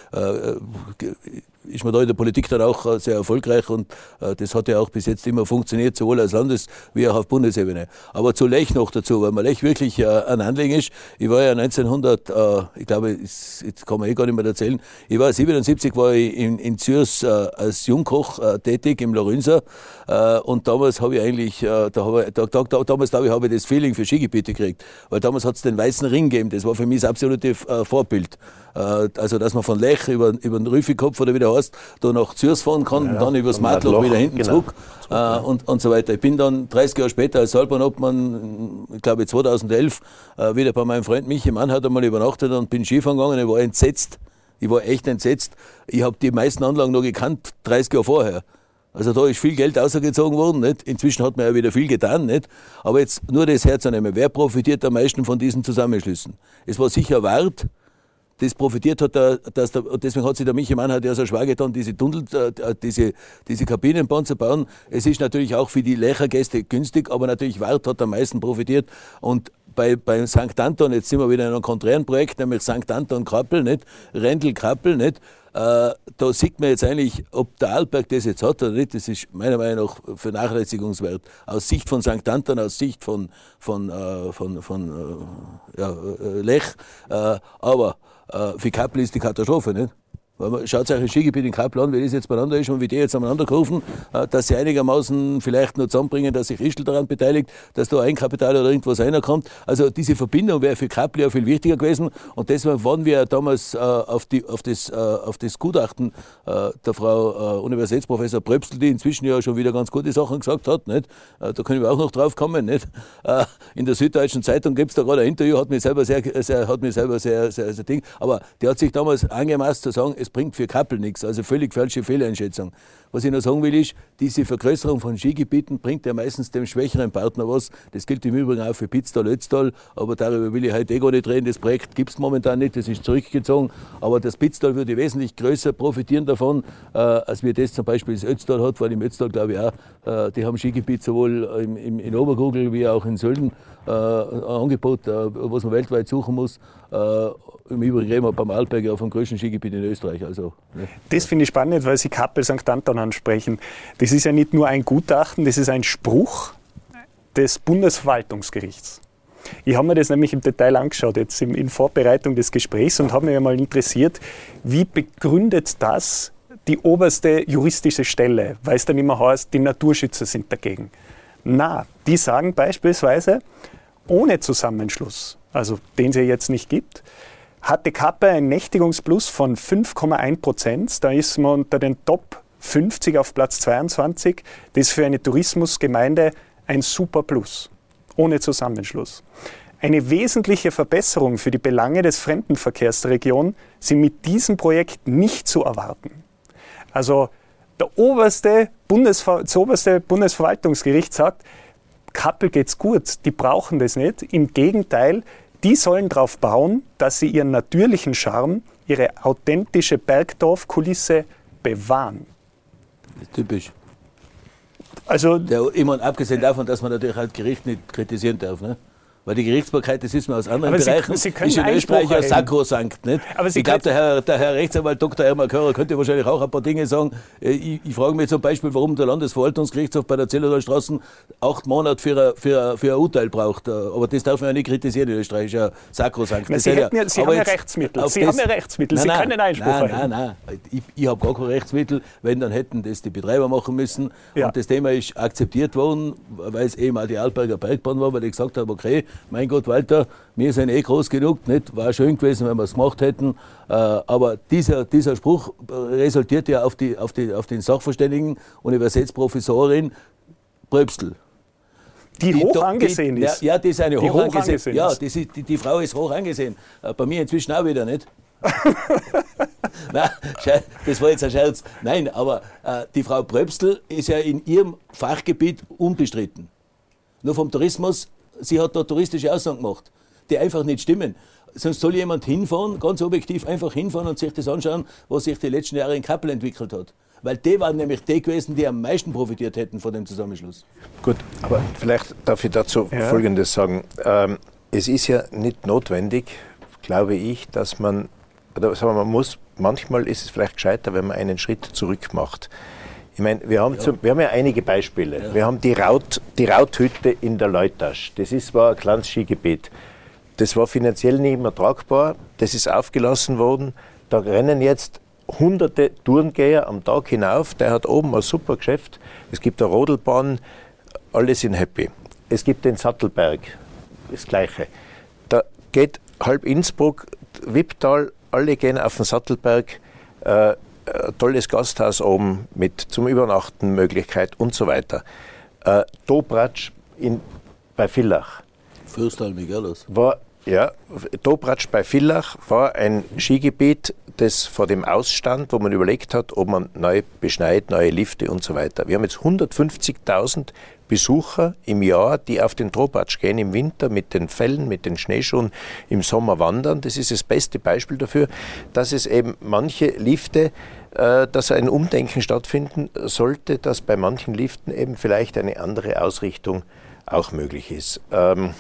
ist man da in der Politik dann auch sehr erfolgreich, und äh, das hat ja auch bis jetzt immer funktioniert, sowohl als Landes- wie auch auf Bundesebene. Aber zu Lech noch dazu, weil mir Lech wirklich äh, ein Anliegen ist. Ich war ja neunzehnhundert, äh, ich glaube, jetzt kann man eh gar nicht mehr erzählen, ich war siebenundsiebzig, war ich in, in Zürs äh, als Jungkoch äh, tätig im Larünser, äh, und damals habe ich eigentlich, äh, da hab ich, da, da, da, damals glaube ich, habe ich das Feeling für Skigebiete gekriegt, weil damals hat es den Weißen Ring gegeben, das war für mich das absolute äh, Vorbild. Äh, also, dass man von Lech über, über den Rüfikopf oder wie der heißt, da nach Zürs fahren kann, ja, und dann übers Matloch wieder hinten genau. zurück, zurück äh, und, und so weiter. Ich bin dann dreißig Jahre später als Seilbahnobmann, ich glaube zweitausendelf, äh, wieder bei meinem Freund Michi Mann, hat einmal übernachtet und bin Skifahren gegangen. Ich war entsetzt. Ich war echt entsetzt. Ich habe die meisten Anlagen noch gekannt, dreißig Jahre vorher. Also da ist viel Geld ausgezogen worden. Nicht? Inzwischen hat man ja wieder viel getan. Nicht? Aber jetzt nur das herzunehmen. Wer profitiert am meisten von diesen Zusammenschlüssen? Es war sicher Wart. Das profitiert hat, der, dass der, und deswegen hat sich der Michi Mann hat ja so schwer getan, diese Tunnel, äh, diese, diese Kabinenbahn zu bauen. Es ist natürlich auch für die Lecher Gäste günstig, aber natürlich Wart hat am meisten profitiert. Und bei, bei Sankt Anton, jetzt sind wir wieder in einem konträren Projekt, nämlich Sankt Anton Krappel, nicht? Rendel Krappel, nicht? Äh, da sieht man jetzt eigentlich, ob der Arlberg das jetzt hat oder nicht. Das ist meiner Meinung nach vernachlässigungswert. Aus Sicht von Sankt Anton, aus Sicht von, von, äh, von, von äh, ja, äh, Lech. Äh, aber äh, für Kappel ist die Katastrophe, nicht? Weil man schaut sich ein Skigebiet in Kappel an, wie das jetzt beieinander ist und wie die jetzt aneinander kaufen, dass sie einigermaßen vielleicht nur zusammenbringen, dass sich Ischl daran beteiligt, dass da Eigenkapital oder irgendwas reinkommt. Also diese Verbindung wäre für Kappel ja viel wichtiger gewesen, und deswegen waren wir damals äh, auf, die, auf, das, äh, auf das Gutachten äh, der Frau äh, Universitätsprofessor Pröpsl, die inzwischen ja schon wieder ganz gute Sachen gesagt hat. Nicht? Äh, da können wir auch noch drauf kommen. Nicht? Äh, in der Süddeutschen Zeitung gibt es da gerade ein Interview, hat mir selber sehr, sehr, hat mir selber sehr, sehr, sehr Ding, aber die hat sich damals angemaßt zu sagen, es das bringt für Kappel nichts. Also völlig falsche Fehleinschätzung. Was ich noch sagen will ist, diese Vergrößerung von Skigebieten bringt ja meistens dem schwächeren Partner was. Das gilt im Übrigen auch für Pitztal, Ötztal, aber darüber will ich heute eh gar nicht reden. Das Projekt gibt es momentan nicht, das ist zurückgezogen. Aber das Pitztal würde wesentlich größer profitieren davon, äh, als wir das zum Beispiel das Ötztal hat, weil im Ötztal glaube ich auch, äh, die haben Skigebiet sowohl im, im, in Obergurgl wie auch in Sölden, äh, ein Angebot, äh, was man weltweit suchen muss. Äh, Im Übrigen reden wir beim Arlberg auf dem größten Skigebiet in Österreich. Also, ne. Das finde ich spannend, weil Sie Kappel Sankt Anton ansprechen. Das ist ja nicht nur ein Gutachten, das ist ein Spruch des Bundesverwaltungsgerichts. Ich habe mir das nämlich im Detail angeschaut, jetzt in, in Vorbereitung des Gesprächs, und habe mich mal interessiert, wie begründet das die oberste juristische Stelle, weil es dann immer heißt, die Naturschützer sind dagegen. Na, die sagen beispielsweise, ohne Zusammenschluss, also den es ja jetzt nicht gibt, hatte Kappel ein Nächtigungsplus von fünf Komma eins Prozent. Da ist man unter den Top fünfzig auf Platz zweiundzwanzig. Das ist für eine Tourismusgemeinde ein super Plus, ohne Zusammenschluss. Eine wesentliche Verbesserung für die Belange des Fremdenverkehrs der Region sind mit diesem Projekt nicht zu erwarten. Also der oberste Bundesver- das oberste Bundesverwaltungsgericht sagt, Kappel geht's gut, die brauchen das nicht. Im Gegenteil, die sollen darauf bauen, dass sie ihren natürlichen Charme, ihre authentische Bergdorfkulisse bewahren. Das ist typisch. Also, Der, ich meine, abgesehen davon, dass man natürlich halt Gericht nicht kritisieren darf, ne? Weil die Gerichtsbarkeit, das wissen wir aus anderen aber Bereichen, Sie, Sie können ist in Österreich ja sakrosankt. Nicht? Aber Sie ich glaube, der Herr, der Herr Rechtsanwalt Doktor Ermar Körer könnte wahrscheinlich auch ein paar Dinge sagen. Ich, ich frage mich zum Beispiel, warum der Landesverwaltungsgerichtshof bei der Zillertalstraße acht Monate für ein, für, ein, für ein Urteil braucht. Aber das darf man ja nicht kritisieren in Österreich, ist ja sakrosankt. Na, Sie hätten ja, Sie haben ja Rechtsmittel. Sie haben ja Rechtsmittel. Nein, Sie nein, können Einspruch Nein, erheben. nein, nein. Ich, ich habe gar keine Rechtsmittel. Wenn, dann hätten das die Betreiber machen müssen. Ja. Und das Thema ist akzeptiert worden, weil es eben auch die Arlberger Bergbahn war, weil ich gesagt habe, okay, mein Gott, Walter, wir sind eh groß genug, nicht? War schön gewesen, wenn wir es gemacht hätten. Äh, aber dieser, dieser Spruch resultiert ja auf, die, auf, die, auf den Sachverständigen, Universitätsprofessorin Pröbstl. Die, die hoch angesehen die, ist. Ja, ja, die ist eine die hoch, hoch angesehen. angesehen Ja, ist. die, die, die Frau ist hoch angesehen. Äh, bei mir inzwischen auch wieder, nicht? Nein, das war jetzt ein Scherz. Nein, aber äh, die Frau Pröbstl ist ja in ihrem Fachgebiet unbestritten. Nur vom Tourismus, sie hat da touristische Aussagen gemacht, die einfach nicht stimmen. Sonst soll jemand hinfahren, ganz objektiv einfach hinfahren und sich das anschauen, was sich die letzten Jahre in Kappel entwickelt hat. Weil die waren nämlich die gewesen, die am meisten profitiert hätten von dem Zusammenschluss. Gut, aber vielleicht darf ich dazu Ja. Folgendes sagen. Ähm, es ist ja nicht notwendig, glaube ich, dass man, oder sagen wir, man muss, manchmal ist es vielleicht gescheiter, wenn man einen Schritt zurück macht. Ich meine, wir haben, ja. Zum, wir haben ja einige Beispiele. Ja. Wir haben die, Raut, die Rauthütte in der Leutasch. Das ist, war ein kleines Skigebiet. Das war finanziell nicht mehr tragbar. Das ist aufgelassen worden. Da rennen jetzt hunderte Tourengeher am Tag hinauf. Der hat oben ein super Geschäft. Es gibt eine Rodelbahn. Alle sind happy. Es gibt den Sattelberg. Das Gleiche. Da geht halb Innsbruck, Wipptal, alle gehen auf den Sattelberg. Äh, ein tolles Gasthaus oben mit zum Übernachten Möglichkeit und so weiter. Äh, Dobratsch in, bei Villach. Fürstal Miguelos. War, ja, Dobratsch bei Villach war ein Skigebiet, das vor dem Ausstand, wo man überlegt hat, ob man neu beschneit, neue Lifte und so weiter. Wir haben jetzt hundertfünfzigtausend Besucher im Jahr, die auf den Dobratsch gehen im Winter mit den Fellen, mit den Schneeschuhen, im Sommer wandern. Das ist das beste Beispiel dafür, dass es eben manche Lifte, äh, dass ein Umdenken stattfinden sollte, dass bei manchen Liften eben vielleicht eine andere Ausrichtung auch möglich ist. Ähm,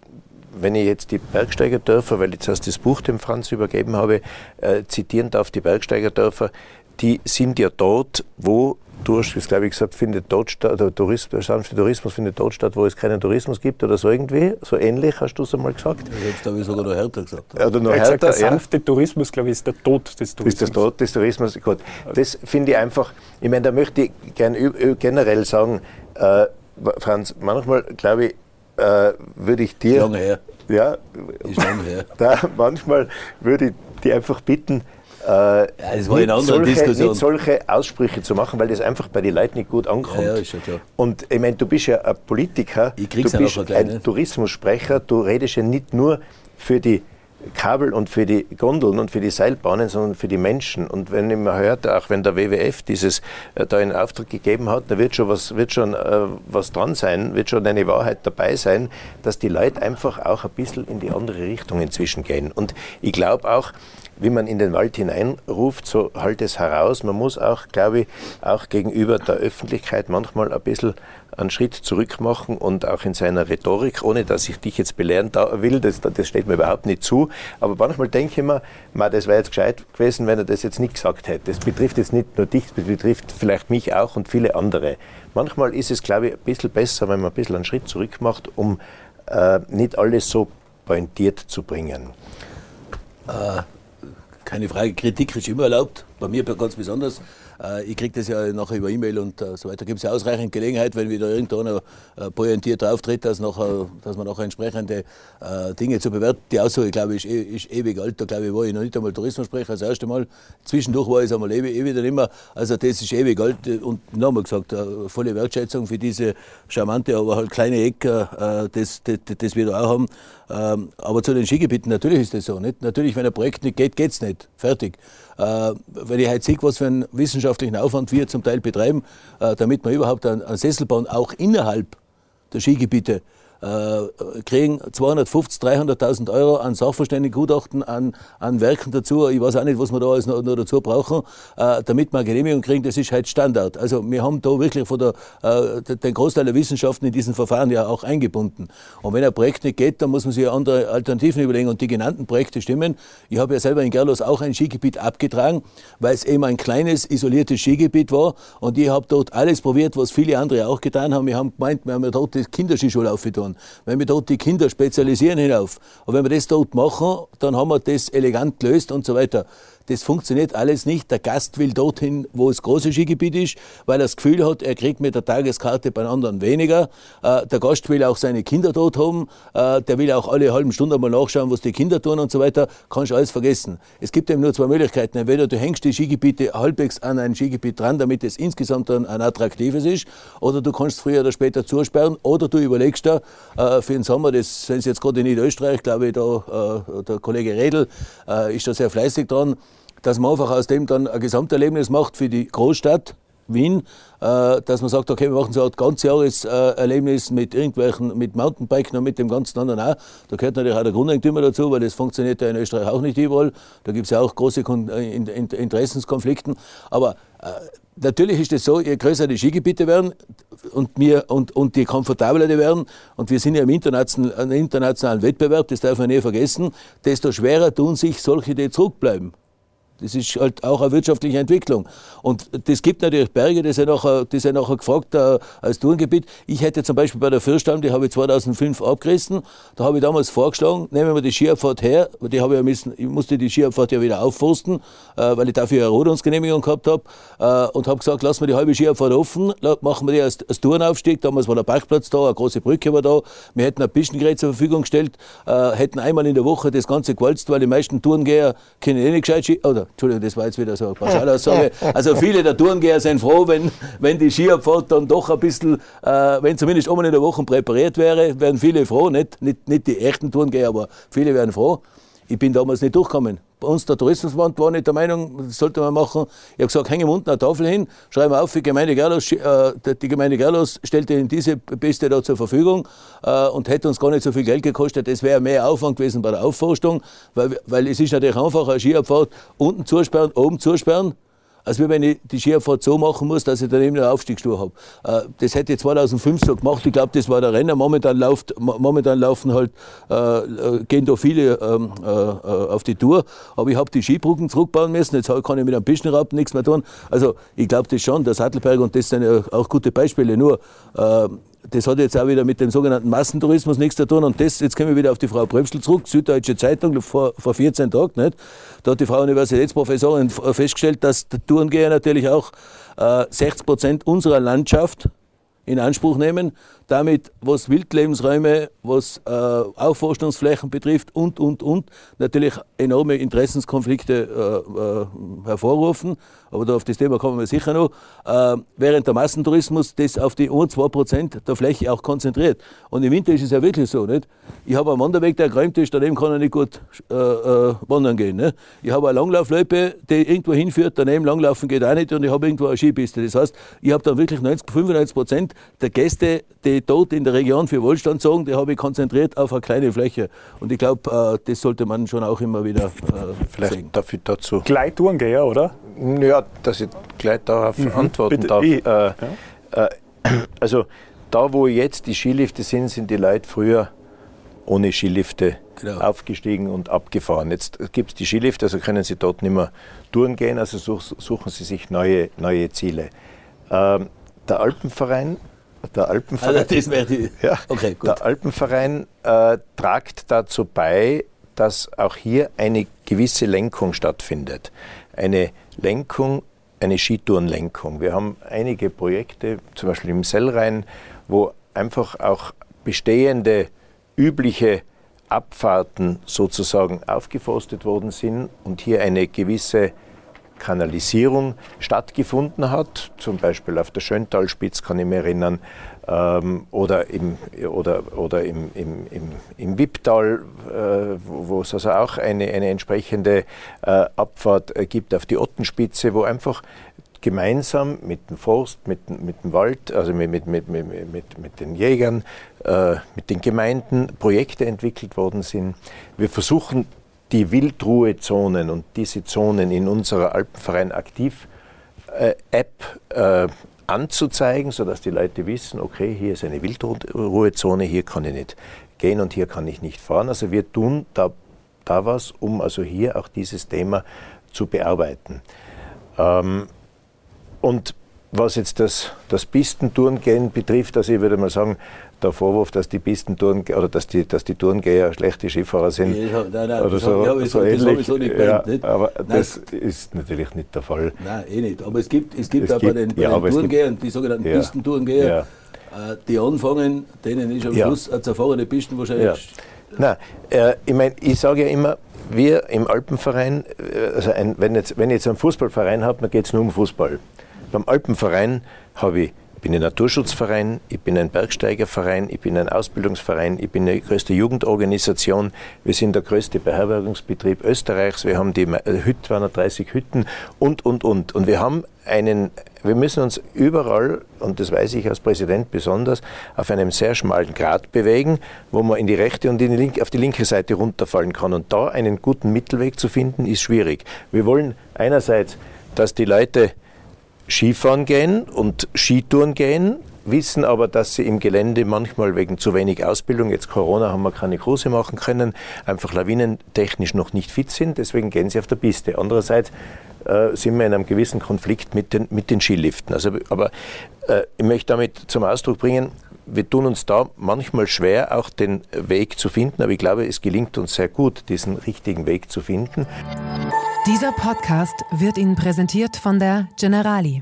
wenn ich jetzt die Bergsteigerdörfer, weil ich jetzt erst das Buch dem Franz übergeben habe, äh, zitieren darf, die Bergsteigerdörfer, die sind ja dort, wo, du hast es glaube ich gesagt, findet dort statt, der Tourismus, der sanfte Tourismus findet dort statt, wo es keinen Tourismus gibt oder so irgendwie, so ähnlich hast du es einmal gesagt. Ich habe es glaube ich sogar noch härter gesagt. Oder noch Er hat härter, gesagt, der ja. sanfte Tourismus, glaube ich, ist der Tod des Tourismus. Ist das Tod des Tourismus? Gut. Das finde ich einfach, ich meine, da möchte ich gerne generell sagen, äh, Franz, manchmal glaube ich, äh, würde ich dir... Lange her. Ja, Ist lange her. da, manchmal würde ich dir einfach bitten, äh, Ja, das war in einer anderen solche, Diskussion. nicht solche Aussprüche zu machen, weil das einfach bei den Leuten nicht gut ankommt. Ja, ja, ist ja klar. Und ich meine, du bist ja ein Politiker, Ich krieg's du ja bist nachher gleich, ein ne? Tourismussprecher, du redest ja nicht nur für die Kabel und für die Gondeln und für die Seilbahnen, sondern für die Menschen. Und wenn man hört, auch wenn der W W F dieses äh, da in Auftrag gegeben hat, da wird schon was, wird schon äh, was dran sein, wird schon eine Wahrheit dabei sein, dass die Leute einfach auch ein bisschen in die andere Richtung inzwischen gehen. Und ich glaube auch, wie man in den Wald hineinruft, so halt es heraus. Man muss auch, glaube ich, auch gegenüber der Öffentlichkeit manchmal ein bisschen einen Schritt zurück machen und auch in seiner Rhetorik, ohne dass ich dich jetzt belehren will, das, das steht mir überhaupt nicht zu, aber manchmal denke ich mir, man, das wäre jetzt gescheit gewesen, wenn er das jetzt nicht gesagt hätte. Das betrifft jetzt nicht nur dich, das betrifft vielleicht mich auch und viele andere. Manchmal ist es, glaube ich, ein bisschen besser, wenn man ein bisschen einen Schritt zurück macht, um äh, nicht alles so pointiert zu bringen. Äh. Keine Frage, Kritik ist immer erlaubt, bei mir ganz besonders. Ich kriege das ja nachher über E-Mail und so weiter. Gibt es ja ausreichend Gelegenheit, wenn wieder irgendeiner pointiert auftritt, dass, nachher, dass man nachher entsprechende Dinge zu bewerten. Die Aussage, glaube ich, ist, ist ewig alt. Da glaube ich, war ich noch nicht einmal Tourismussprecher, das erste Mal. Zwischendurch war ich es einmal ewig, ewig dann immer. Also das ist ewig alt. Und nochmal gesagt, volle Wertschätzung für diese charmante, aber halt kleine Ecke, das, das, das wir da auch haben. Aber zu den Skigebieten, natürlich ist das so. Nicht? Natürlich, wenn ein Projekt nicht geht, geht es nicht. Fertig. Äh, wenn ich heute sehe, was für einen wissenschaftlichen Aufwand wir zum Teil betreiben, äh, damit wir überhaupt einen, einen Sesselbahn auch innerhalb der Skigebiete äh, kriegen, zweihundertfünfzig, dreihunderttausend Euro an Sachverständigengutachten, an, an Werken dazu. Ich weiß auch nicht, was wir da alles noch, noch dazu brauchen, äh, damit wir eine Genehmigung kriegen. Das ist halt Standard. Also wir haben da wirklich von der, äh, den Großteil der Wissenschaften in diesen Verfahren ja auch eingebunden. Und wenn ein Projekt nicht geht, dann muss man sich andere Alternativen überlegen. Und die genannten Projekte stimmen. Ich habe ja selber in Gerlos auch ein Skigebiet abgetragen, weil es eben ein kleines, isoliertes Skigebiet war. Und ich habe dort alles probiert, was viele andere auch getan haben. Wir haben gemeint, wir haben ja dort die Kinderskischule aufgetan. Wenn wir dort die Kinder spezialisieren hinauf, und wenn wir das dort machen, dann haben wir das elegant gelöst und so weiter. Das funktioniert alles nicht. Der Gast will dorthin, wo das große Skigebiet ist, weil er das Gefühl hat, er kriegt mit der Tageskarte bei anderen weniger. Äh, der Gast will auch seine Kinder dort haben. Äh, der will auch alle halben Stunden mal nachschauen, was die Kinder tun und so weiter. Kannst du alles vergessen. Es gibt eben nur zwei Möglichkeiten. Entweder du hängst die Skigebiete halbwegs an ein Skigebiet dran, damit es insgesamt dann ein attraktives ist, oder du kannst früher oder später zusperren, oder du überlegst da äh, für den Sommer, das sind sie jetzt gerade in Niederösterreich, glaube ich, da, äh, der Kollege Redl äh, ist da sehr fleißig dran, dass man einfach aus dem dann ein Gesamterlebnis macht für die Großstadt Wien, äh, dass man sagt, okay, wir machen so ein ganzes Jahreserlebnis mit irgendwelchen, mit Mountainbiken und mit dem ganzen anderen auch. Da gehört natürlich auch der Grundeigentümer dazu, weil das funktioniert ja in Österreich auch nicht überall. Da gibt es ja auch große Kon- in- in- Interessenskonflikten. Aber äh, natürlich ist es so, je größer die Skigebiete werden und, wir, und, und je komfortabler die werden, und wir sind ja im internationalen, internationalen Wettbewerb, das darf man nie vergessen, desto schwerer tun sich solche, die zurückbleiben. Das ist halt auch eine wirtschaftliche Entwicklung. Und das gibt natürlich Berge, das ist ja nachher, das ist ja nachher gefragt äh, als Tourengebiet. Ich hätte zum Beispiel bei der Fürstalm, die habe ich zweitausendfünf abgerissen, da habe ich damals vorgeschlagen, nehmen wir die Skiabfahrt her, die habe ich, ja müssen, ich musste die Skiabfahrt ja wieder aufforsten, äh, weil ich dafür eine Rodungsgenehmigung gehabt habe, äh, und habe gesagt, lassen wir die halbe Skiabfahrt offen, machen wir die als, als Tourenaufstieg, damals war der Parkplatz da, eine große Brücke war da, wir hätten ein Pistengerät zur Verfügung gestellt, äh, hätten einmal in der Woche das Ganze gewalzt, weil die meisten Tourengeher können eh nicht gescheit Ski, oder Entschuldigung, das war jetzt wieder so eine Pauschalaussage. Also viele der Tourengeher sind froh, wenn, wenn die Skiabfahrt dann doch ein bisschen, äh, wenn zumindest einmal in der Woche präpariert wäre, wären viele froh, nicht, nicht, nicht die echten Tourengeher, aber viele wären froh. Ich bin damals nicht durchgekommen. Bei uns der Tourismusverband war nicht der Meinung, das sollte man machen. Ich habe gesagt, hängen wir unten eine Tafel hin, schreiben auf, die Gemeinde Gerlos, äh, die Gemeinde Gerlos stellt Ihnen diese Piste da zur Verfügung äh, und hätte uns gar nicht so viel Geld gekostet. Das wäre mehr Aufwand gewesen bei der Aufforstung, weil, weil es ist natürlich einfacher, eine Skiabfahrt unten zusperren, oben zusperren, als wenn ich die Skiabfahrt so machen muss, dass ich dann eben eine Aufstiegsstufe habe. Das hätte ich zweitausendfünf so gemacht. Ich glaube, das war der Renner. Momentan, läuft, momentan laufen halt, äh, gehen da viele ähm, äh, auf die Tour. Aber ich habe die Skibrücken zurückbauen müssen. Jetzt kann ich mit einem Pistenrad nichts mehr tun. Also ich glaube das schon, der Sattelberg, und das sind ja auch gute Beispiele. Nur, äh, das hat jetzt auch wieder mit dem sogenannten Massentourismus nichts zu tun. Und das, jetzt kommen wir wieder auf die Frau Pröbstl zurück, Süddeutsche Zeitung, vor, vor vierzehn Tagen, nicht? Da hat die Frau Universitätsprofessorin festgestellt, dass der Tourengeher natürlich auch äh, sechzig Prozent unserer Landschaft in Anspruch nehmen. damit, was Wildlebensräume, was äh, Aufforstungsflächen betrifft und, und, und, natürlich enorme Interessenskonflikte äh, äh, hervorrufen. Aber da auf das Thema kommen wir sicher noch. Äh, während der Massentourismus das auf die ein bis zwei Prozent der Fläche auch konzentriert. Und im Winter ist es ja wirklich so, nicht? Ich habe einen Wanderweg, der geräumt ist, daneben kann er nicht gut äh, äh, wandern gehen. Ne? Ich habe eine Langlaufloipe, die irgendwo hinführt, daneben langlaufen geht auch nicht und ich habe irgendwo eine Skipiste. Das heißt, ich habe dann wirklich neunzig, fünfundneunzig Prozent der Gäste, die dort in der Region für Wohlstand sorgen, die habe ich konzentriert auf eine kleine Fläche. Und ich glaube, äh, das sollte man schon auch immer wieder äh, Vielleicht sehen. darf ich dazu... Gleitourengeher, oder? Ja, dass ich gleich darauf mhm, antworten bitte. darf. Ich, äh, ja. äh, also da, wo jetzt die Skilifte sind, sind die Leute früher ohne Skilifte genau. aufgestiegen und abgefahren. Jetzt gibt es die Skilifte, also können sie dort nicht mehr touren gehen, also such, suchen sie sich neue, neue Ziele. Ähm, der Alpenverein, der Alpenverein, also das wäre die, ja, okay, gut. Der Alpenverein äh, tragt dazu bei, dass auch hier eine gewisse Lenkung stattfindet. Eine Lenkung, eine Skitourenlenkung. Wir haben einige Projekte, zum Beispiel im Sellrhein, wo einfach auch bestehende, übliche Abfahrten sozusagen aufgeforstet worden sind und hier eine gewisse Kanalisierung stattgefunden hat, zum Beispiel auf der Schöntalspitz, kann ich mich erinnern, ähm, oder im, oder, oder im, im, im, im Wipptal, äh, wo, wo es also auch eine, eine entsprechende äh, Abfahrt äh, gibt auf die Ottenspitze, wo einfach gemeinsam mit dem Forst, mit, mit dem Wald, also mit, mit, mit, mit, mit, mit den Jägern, äh, mit den Gemeinden Projekte entwickelt worden sind. Wir versuchen, die Wildruhezonen und diese Zonen in unserer Alpenverein Aktiv äh, App äh, anzuzeigen, sodass die Leute wissen, okay, hier ist eine Wildruhezone, hier kann ich nicht gehen und hier kann ich nicht fahren. Also wir tun da, da was, um also hier auch dieses Thema zu bearbeiten. Ähm, und was jetzt das, das Pistentourengehen betrifft, also ich würde mal sagen, der Vorwurf, dass die Pistentouren oder dass die, dass die Tourengeher schlechte Skifahrer sind, ja, nein, nein, oder so, ja, so das ähnlich. habe ich so nicht gemeint, ja, nicht? aber Nein. das ist natürlich nicht der Fall. Nein, eh nicht. Aber es gibt, es gibt es auch gibt, bei den, bei ja, den Tourengehern, die sogenannten ja, Pistentourengeher, ja. äh, die anfangen, denen ist am ja. Schluss eine zerfahrene Pisten wahrscheinlich. Ja. Nein, äh, ich meine, ich sage ja immer, wir im Alpenverein, also ein, wenn, jetzt, wenn ich jetzt einen Fußballverein habe, dann geht es nur um Fußball. Beim Alpenverein habe ich Ich bin ein Naturschutzverein, ich bin ein Bergsteigerverein, ich bin ein Ausbildungsverein, ich bin die größte Jugendorganisation, wir sind der größte Beherbergungsbetrieb Österreichs, wir haben die zweihundertdreißig Hütten und, und, und. Und wir haben einen, wir müssen uns überall, und das weiß ich als Präsident besonders, auf einem sehr schmalen Grat bewegen, wo man in die rechte und in die linke, auf die linke Seite runterfallen kann. Und da einen guten Mittelweg zu finden, ist schwierig. Wir wollen einerseits, dass die Leute Skifahren gehen und Skitouren gehen, wissen aber, dass sie im Gelände manchmal wegen zu wenig Ausbildung, jetzt Corona haben wir keine Kurse machen können, einfach lawinentechnisch noch nicht fit sind, deswegen gehen sie auf der Piste. Andererseits äh, sind wir in einem gewissen Konflikt mit den, mit den Skiliften. Also, aber äh, ich möchte damit zum Ausdruck bringen, wir tun uns da manchmal schwer, auch den Weg zu finden, aber ich glaube, es gelingt uns sehr gut, diesen richtigen Weg zu finden. Dieser Podcast wird Ihnen präsentiert von der Generali.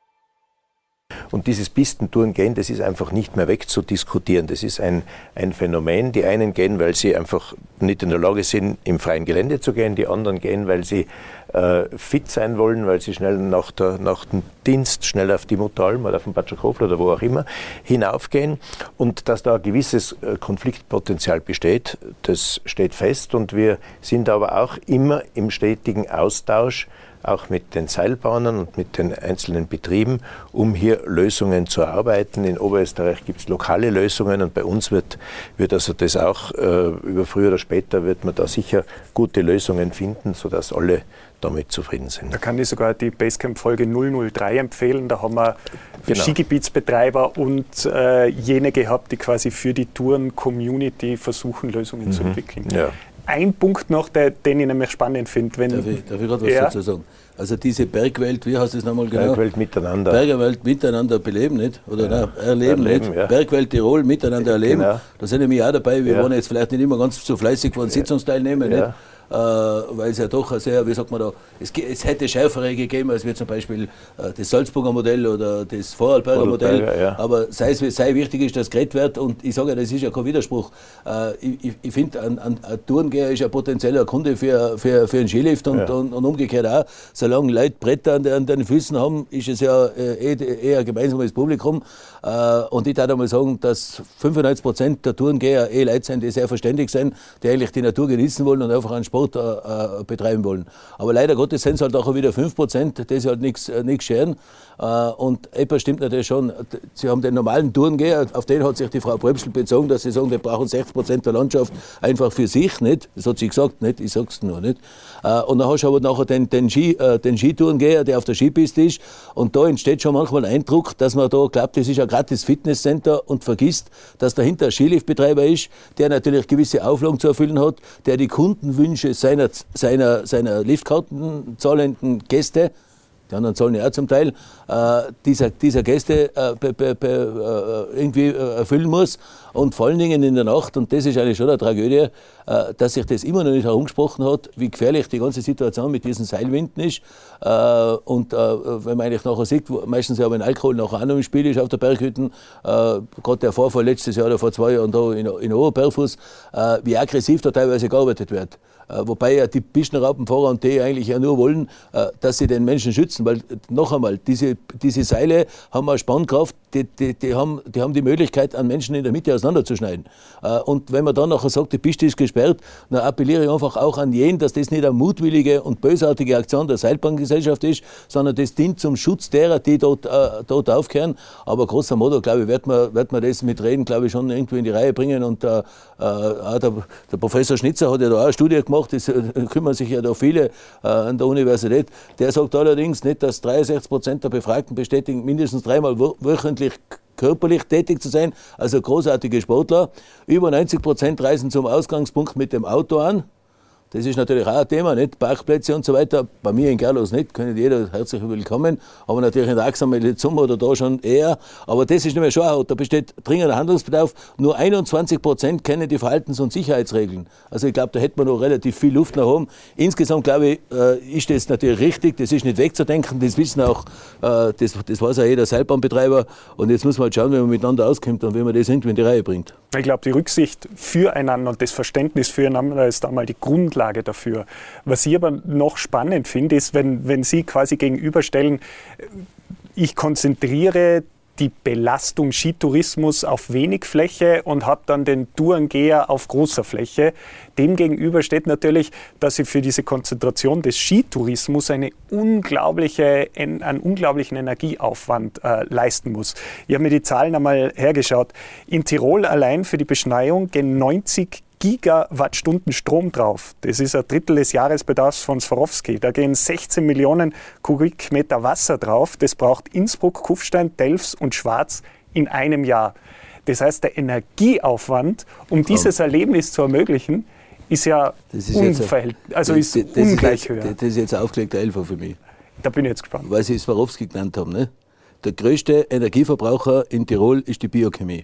Und dieses Pistentourengehen, das ist einfach nicht mehr wegzudiskutieren. Das ist ein, ein Phänomen. Die einen gehen, weil sie einfach nicht in der Lage sind, im freien Gelände zu gehen. Die anderen gehen, weil sie äh, fit sein wollen, weil sie schnell nach, der, nach dem Dienst schnell auf die Mutteralm oder auf den Batschakofel oder wo auch immer hinaufgehen. Und dass da ein gewisses äh, Konfliktpotenzial besteht, das steht fest. Und wir sind aber auch immer im stetigen Austausch, auch mit den Seilbahnen und mit den einzelnen Betrieben, um hier Lösungen zu erarbeiten. In Oberösterreich gibt es lokale Lösungen und bei uns wird, wird also das auch, äh, über früher oder später wird man da sicher gute Lösungen finden, sodass alle damit zufrieden sind. Da kann ich sogar die Basecamp-Folge null null drei empfehlen. Da haben wir genau. Skigebietsbetreiber und äh, jene gehabt, die quasi für die Touren-Community versuchen, Lösungen mhm. zu entwickeln. Ja. Ein Punkt noch, der, den ich nämlich spannend finde. Wenn darf ich, darf ich gerade was ja. dazu sagen? Also diese Bergwelt, wie heißt das nochmal genau? Bergwelt miteinander. Bergwelt miteinander beleben, nicht? Oder ja. nein, erleben, erleben nicht? Ja. Bergwelt Tirol miteinander erleben. Genau. Da sind nämlich auch dabei, wir ja. waren jetzt vielleicht nicht immer ganz so fleißig von Sitzungsteilnehmern, ja. nicht? äh, weil es ja doch ein sehr, wie sagt man da, es, es hätte schärfere gegeben, als wir zum Beispiel äh, das Salzburger Modell oder das Vorarlberger Modell, ja. Aber sei es sei wichtig ist, dass geredet wird und ich sage ja, das ist ja kein Widerspruch. Äh, ich ich finde, ein, ein, ein Tourengeher ist ein potenzieller Kunde für, für, für einen Skilift und, ja. und, und umgekehrt auch. Solange Leute Bretter an, an den Füßen haben, ist es ja äh, eher ein gemeinsames Publikum. Äh, und ich würde einmal sagen, dass fünfundneunzig Prozent der Tourengeher eh Leute sind, die sehr verständig sind, die eigentlich die Natur genießen wollen und einfach einen Sport äh, äh, betreiben wollen. Aber leider Gottes sind es halt auch wieder fünf Prozent, die sich halt nichts äh, scheren. Äh, und etwas stimmt natürlich schon. Sie haben den normalen Tourengeher, auf den hat sich die Frau Bröpsel bezogen, dass sie sagen, wir brauchen sechzig Prozent der Landschaft einfach für sich, nicht? Das hat sie gesagt, nicht? Ich sag's nur nicht. Äh, und dann hast du aber nachher den, den, Ski, äh, den Skitourengeher, der auf der Skipiste ist. Und da entsteht schon manchmal ein Eindruck, dass man da glaubt, das ist ein gratis Fitnesscenter und vergisst, dass dahinter ein Skiliftbetreiber ist, der natürlich gewisse Auflagen zu erfüllen hat, der die Kundenwünsche seiner, seiner, seiner Liftkarten zahlenden Gäste, die anderen zahlen ja auch zum Teil, äh, dieser, dieser Gäste äh, be, be, be, äh, irgendwie äh, erfüllen muss. Und vor allen Dingen in der Nacht, und das ist eigentlich schon eine Tragödie, äh, dass sich das immer noch nicht herumgesprochen hat, wie gefährlich die ganze Situation mit diesen Seilwinden ist. Äh, und äh, wenn man eigentlich nachher sieht, wo meistens ja, wenn Alkohol nachher auch noch im Spiel ist auf der Berghütten, äh, gerade der Vorfall letztes Jahr oder vor zwei Jahren da in, in Oberbergfuß, äh, wie aggressiv da teilweise gearbeitet wird. Äh, wobei ja die Bischenraupenfahrer und die eigentlich ja nur wollen, äh, dass sie den Menschen schützen, weil noch einmal, diese, diese Seile haben eine Spannkraft, die, die, die, haben, die haben die Möglichkeit, an Menschen in der Mitte auseinanderzuschneiden. Äh, und wenn man dann nachher sagt, die Piste ist gesperrt, dann appelliere ich einfach auch an jeden, dass das nicht eine mutwillige und bösartige Aktion der Seilbahngesellschaft ist, sondern das dient zum Schutz derer, die dort, äh, dort aufkehren. Aber großer Modo, glaube ich, wird man, wird man das mit Reden, glaube ich, schon irgendwie in die Reihe bringen. Und äh, äh, der, der Professor Schnitzer hat ja da auch eine Studie gemacht, das äh, kümmern sich ja da viele äh, an der Universität. Der sagt allerdings nicht, dass dreiundsechzig Prozent der Befragten bestätigen, mindestens dreimal wöchentlich körperlich tätig zu sein, also großartige Sportler. Über neunzig Prozent reisen zum Ausgangspunkt mit dem Auto an. Das ist natürlich auch ein Thema, nicht? Parkplätze und so weiter. Bei mir in Gerlos nicht, können jeder herzlich willkommen. Aber natürlich in der Axam, Sommer oder da schon eher. Aber das ist nicht mehr schon, da besteht dringender Handlungsbedarf. Nur einundzwanzig Prozent kennen die Verhaltens- und Sicherheitsregeln. Also ich glaube, da hätte man noch relativ viel Luft nach oben. Insgesamt glaube ich, äh, ist das natürlich richtig. Das ist nicht wegzudenken. Das wissen auch, äh, das, das weiß auch jeder Seilbahnbetreiber. Und jetzt muss man halt schauen, wie man miteinander auskommt und wie man das irgendwie in die Reihe bringt. Ich glaube, die Rücksicht füreinander und das Verständnis füreinander ist einmal die Grundlage dafür. Was ich aber noch spannend finde, ist, wenn, wenn Sie quasi gegenüberstellen, ich konzentriere die Belastung Skitourismus auf wenig Fläche und habe dann den Tourengeher auf großer Fläche. Demgegenüber steht natürlich, dass ich für diese Konzentration des Skitourismus eine unglaubliche, einen unglaublichen Energieaufwand äh, leisten muss. Ich habe mir die Zahlen einmal hergeschaut. In Tirol allein für die Beschneiung gehen neunzig Gigawattstunden Strom drauf. Das ist ein Drittel des Jahresbedarfs von Swarovski. Da gehen sechzehn Millionen Kubikmeter Wasser drauf. Das braucht Innsbruck, Kufstein, Delfs und Schwarz in einem Jahr. Das heißt, der Energieaufwand, um dieses Erlebnis zu ermöglichen, ist ja unverhältnismäßig, also ist das, das ungleich ist jetzt, höher. Das ist jetzt ein aufgelegter Elfer für mich. Da bin ich jetzt gespannt. Weil Sie Swarovski genannt haben. Ne? Der größte Energieverbraucher in Tirol ist die Biochemie.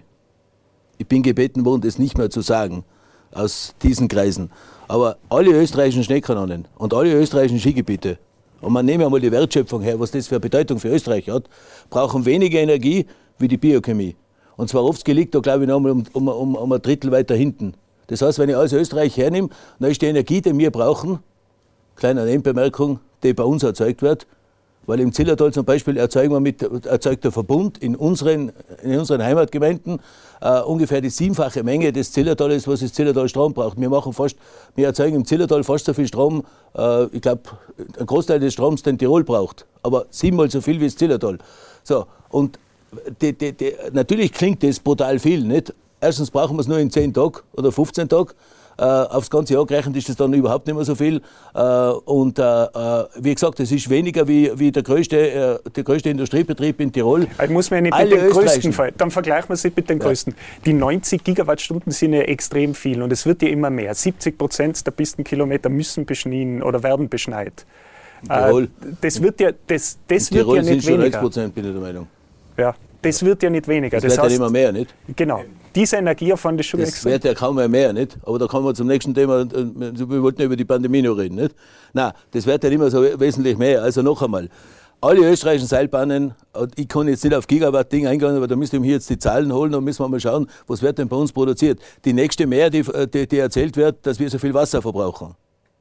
Ich bin gebeten worden, das nicht mehr zu sagen, aus diesen Kreisen. Aber alle österreichischen Schneekanonen und alle österreichischen Skigebiete, und man nehme einmal die Wertschöpfung her, was das für eine Bedeutung für Österreich hat, brauchen weniger Energie wie die Biochemie. Und Swarovski liegt da, glaube ich, noch einmal um, um, um, um ein Drittel weiter hinten. Das heißt, wenn ich alles Österreich hernehme, dann ist die Energie, die wir brauchen, kleine Nebenbemerkung, die bei uns erzeugt wird, weil im Zillertal zum Beispiel erzeugen wir mit, erzeugt der Verbund in unseren, in unseren Heimatgemeinden äh, ungefähr die siebenfache Menge des Zillertales, was das Zillertal Strom braucht. Wir, machen fast, wir erzeugen im Zillertal fast so viel Strom, äh, ich glaube, ein Großteil des Stroms, den Tirol braucht, aber siebenmal so viel wie das Zillertal. So, und die, die, die, natürlich klingt das brutal viel, nicht? Erstens brauchen wir es nur in zehn Tagen oder fünfzehn Tagen. Äh, aufs ganze Jahr gerechnet ist das dann überhaupt nicht mehr so viel. Äh, und äh, wie gesagt, es ist weniger wie, wie der, größte, äh, der größte Industriebetrieb in Tirol. Ich muss mir nicht mit den größten Fall. Dann vergleichen wir es mit den ja. größten. Die neunzig Gigawattstunden sind ja extrem viel und es wird ja immer mehr. siebzig Prozent der Pistenkilometer müssen beschnien oder werden beschneit. Tirol. Äh, das wird ja, das, das in Tirol wird ja nicht sind schon weniger. neunzig Prozent, bin ich der Meinung. Ja, das wird ja nicht weniger. Das, das wird heißt, ja immer mehr, nicht? Genau. dieser Energieaufwand ist schon das extrem. Das wird ja kaum mehr mehr, nicht? Aber da kommen wir zum nächsten Thema. Wir wollten ja über die Pandemie noch reden, nicht? Nein, das wird ja nicht mehr so wesentlich mehr. Also noch einmal. Alle österreichischen Seilbahnen, ich kann jetzt nicht auf Gigawatt-Ding eingehen, aber da müsst ihr mir jetzt die Zahlen holen und müssen wir mal schauen, was wird denn bei uns produziert. Die nächste mehr, die, die, die erzählt wird, dass wir so viel Wasser verbrauchen.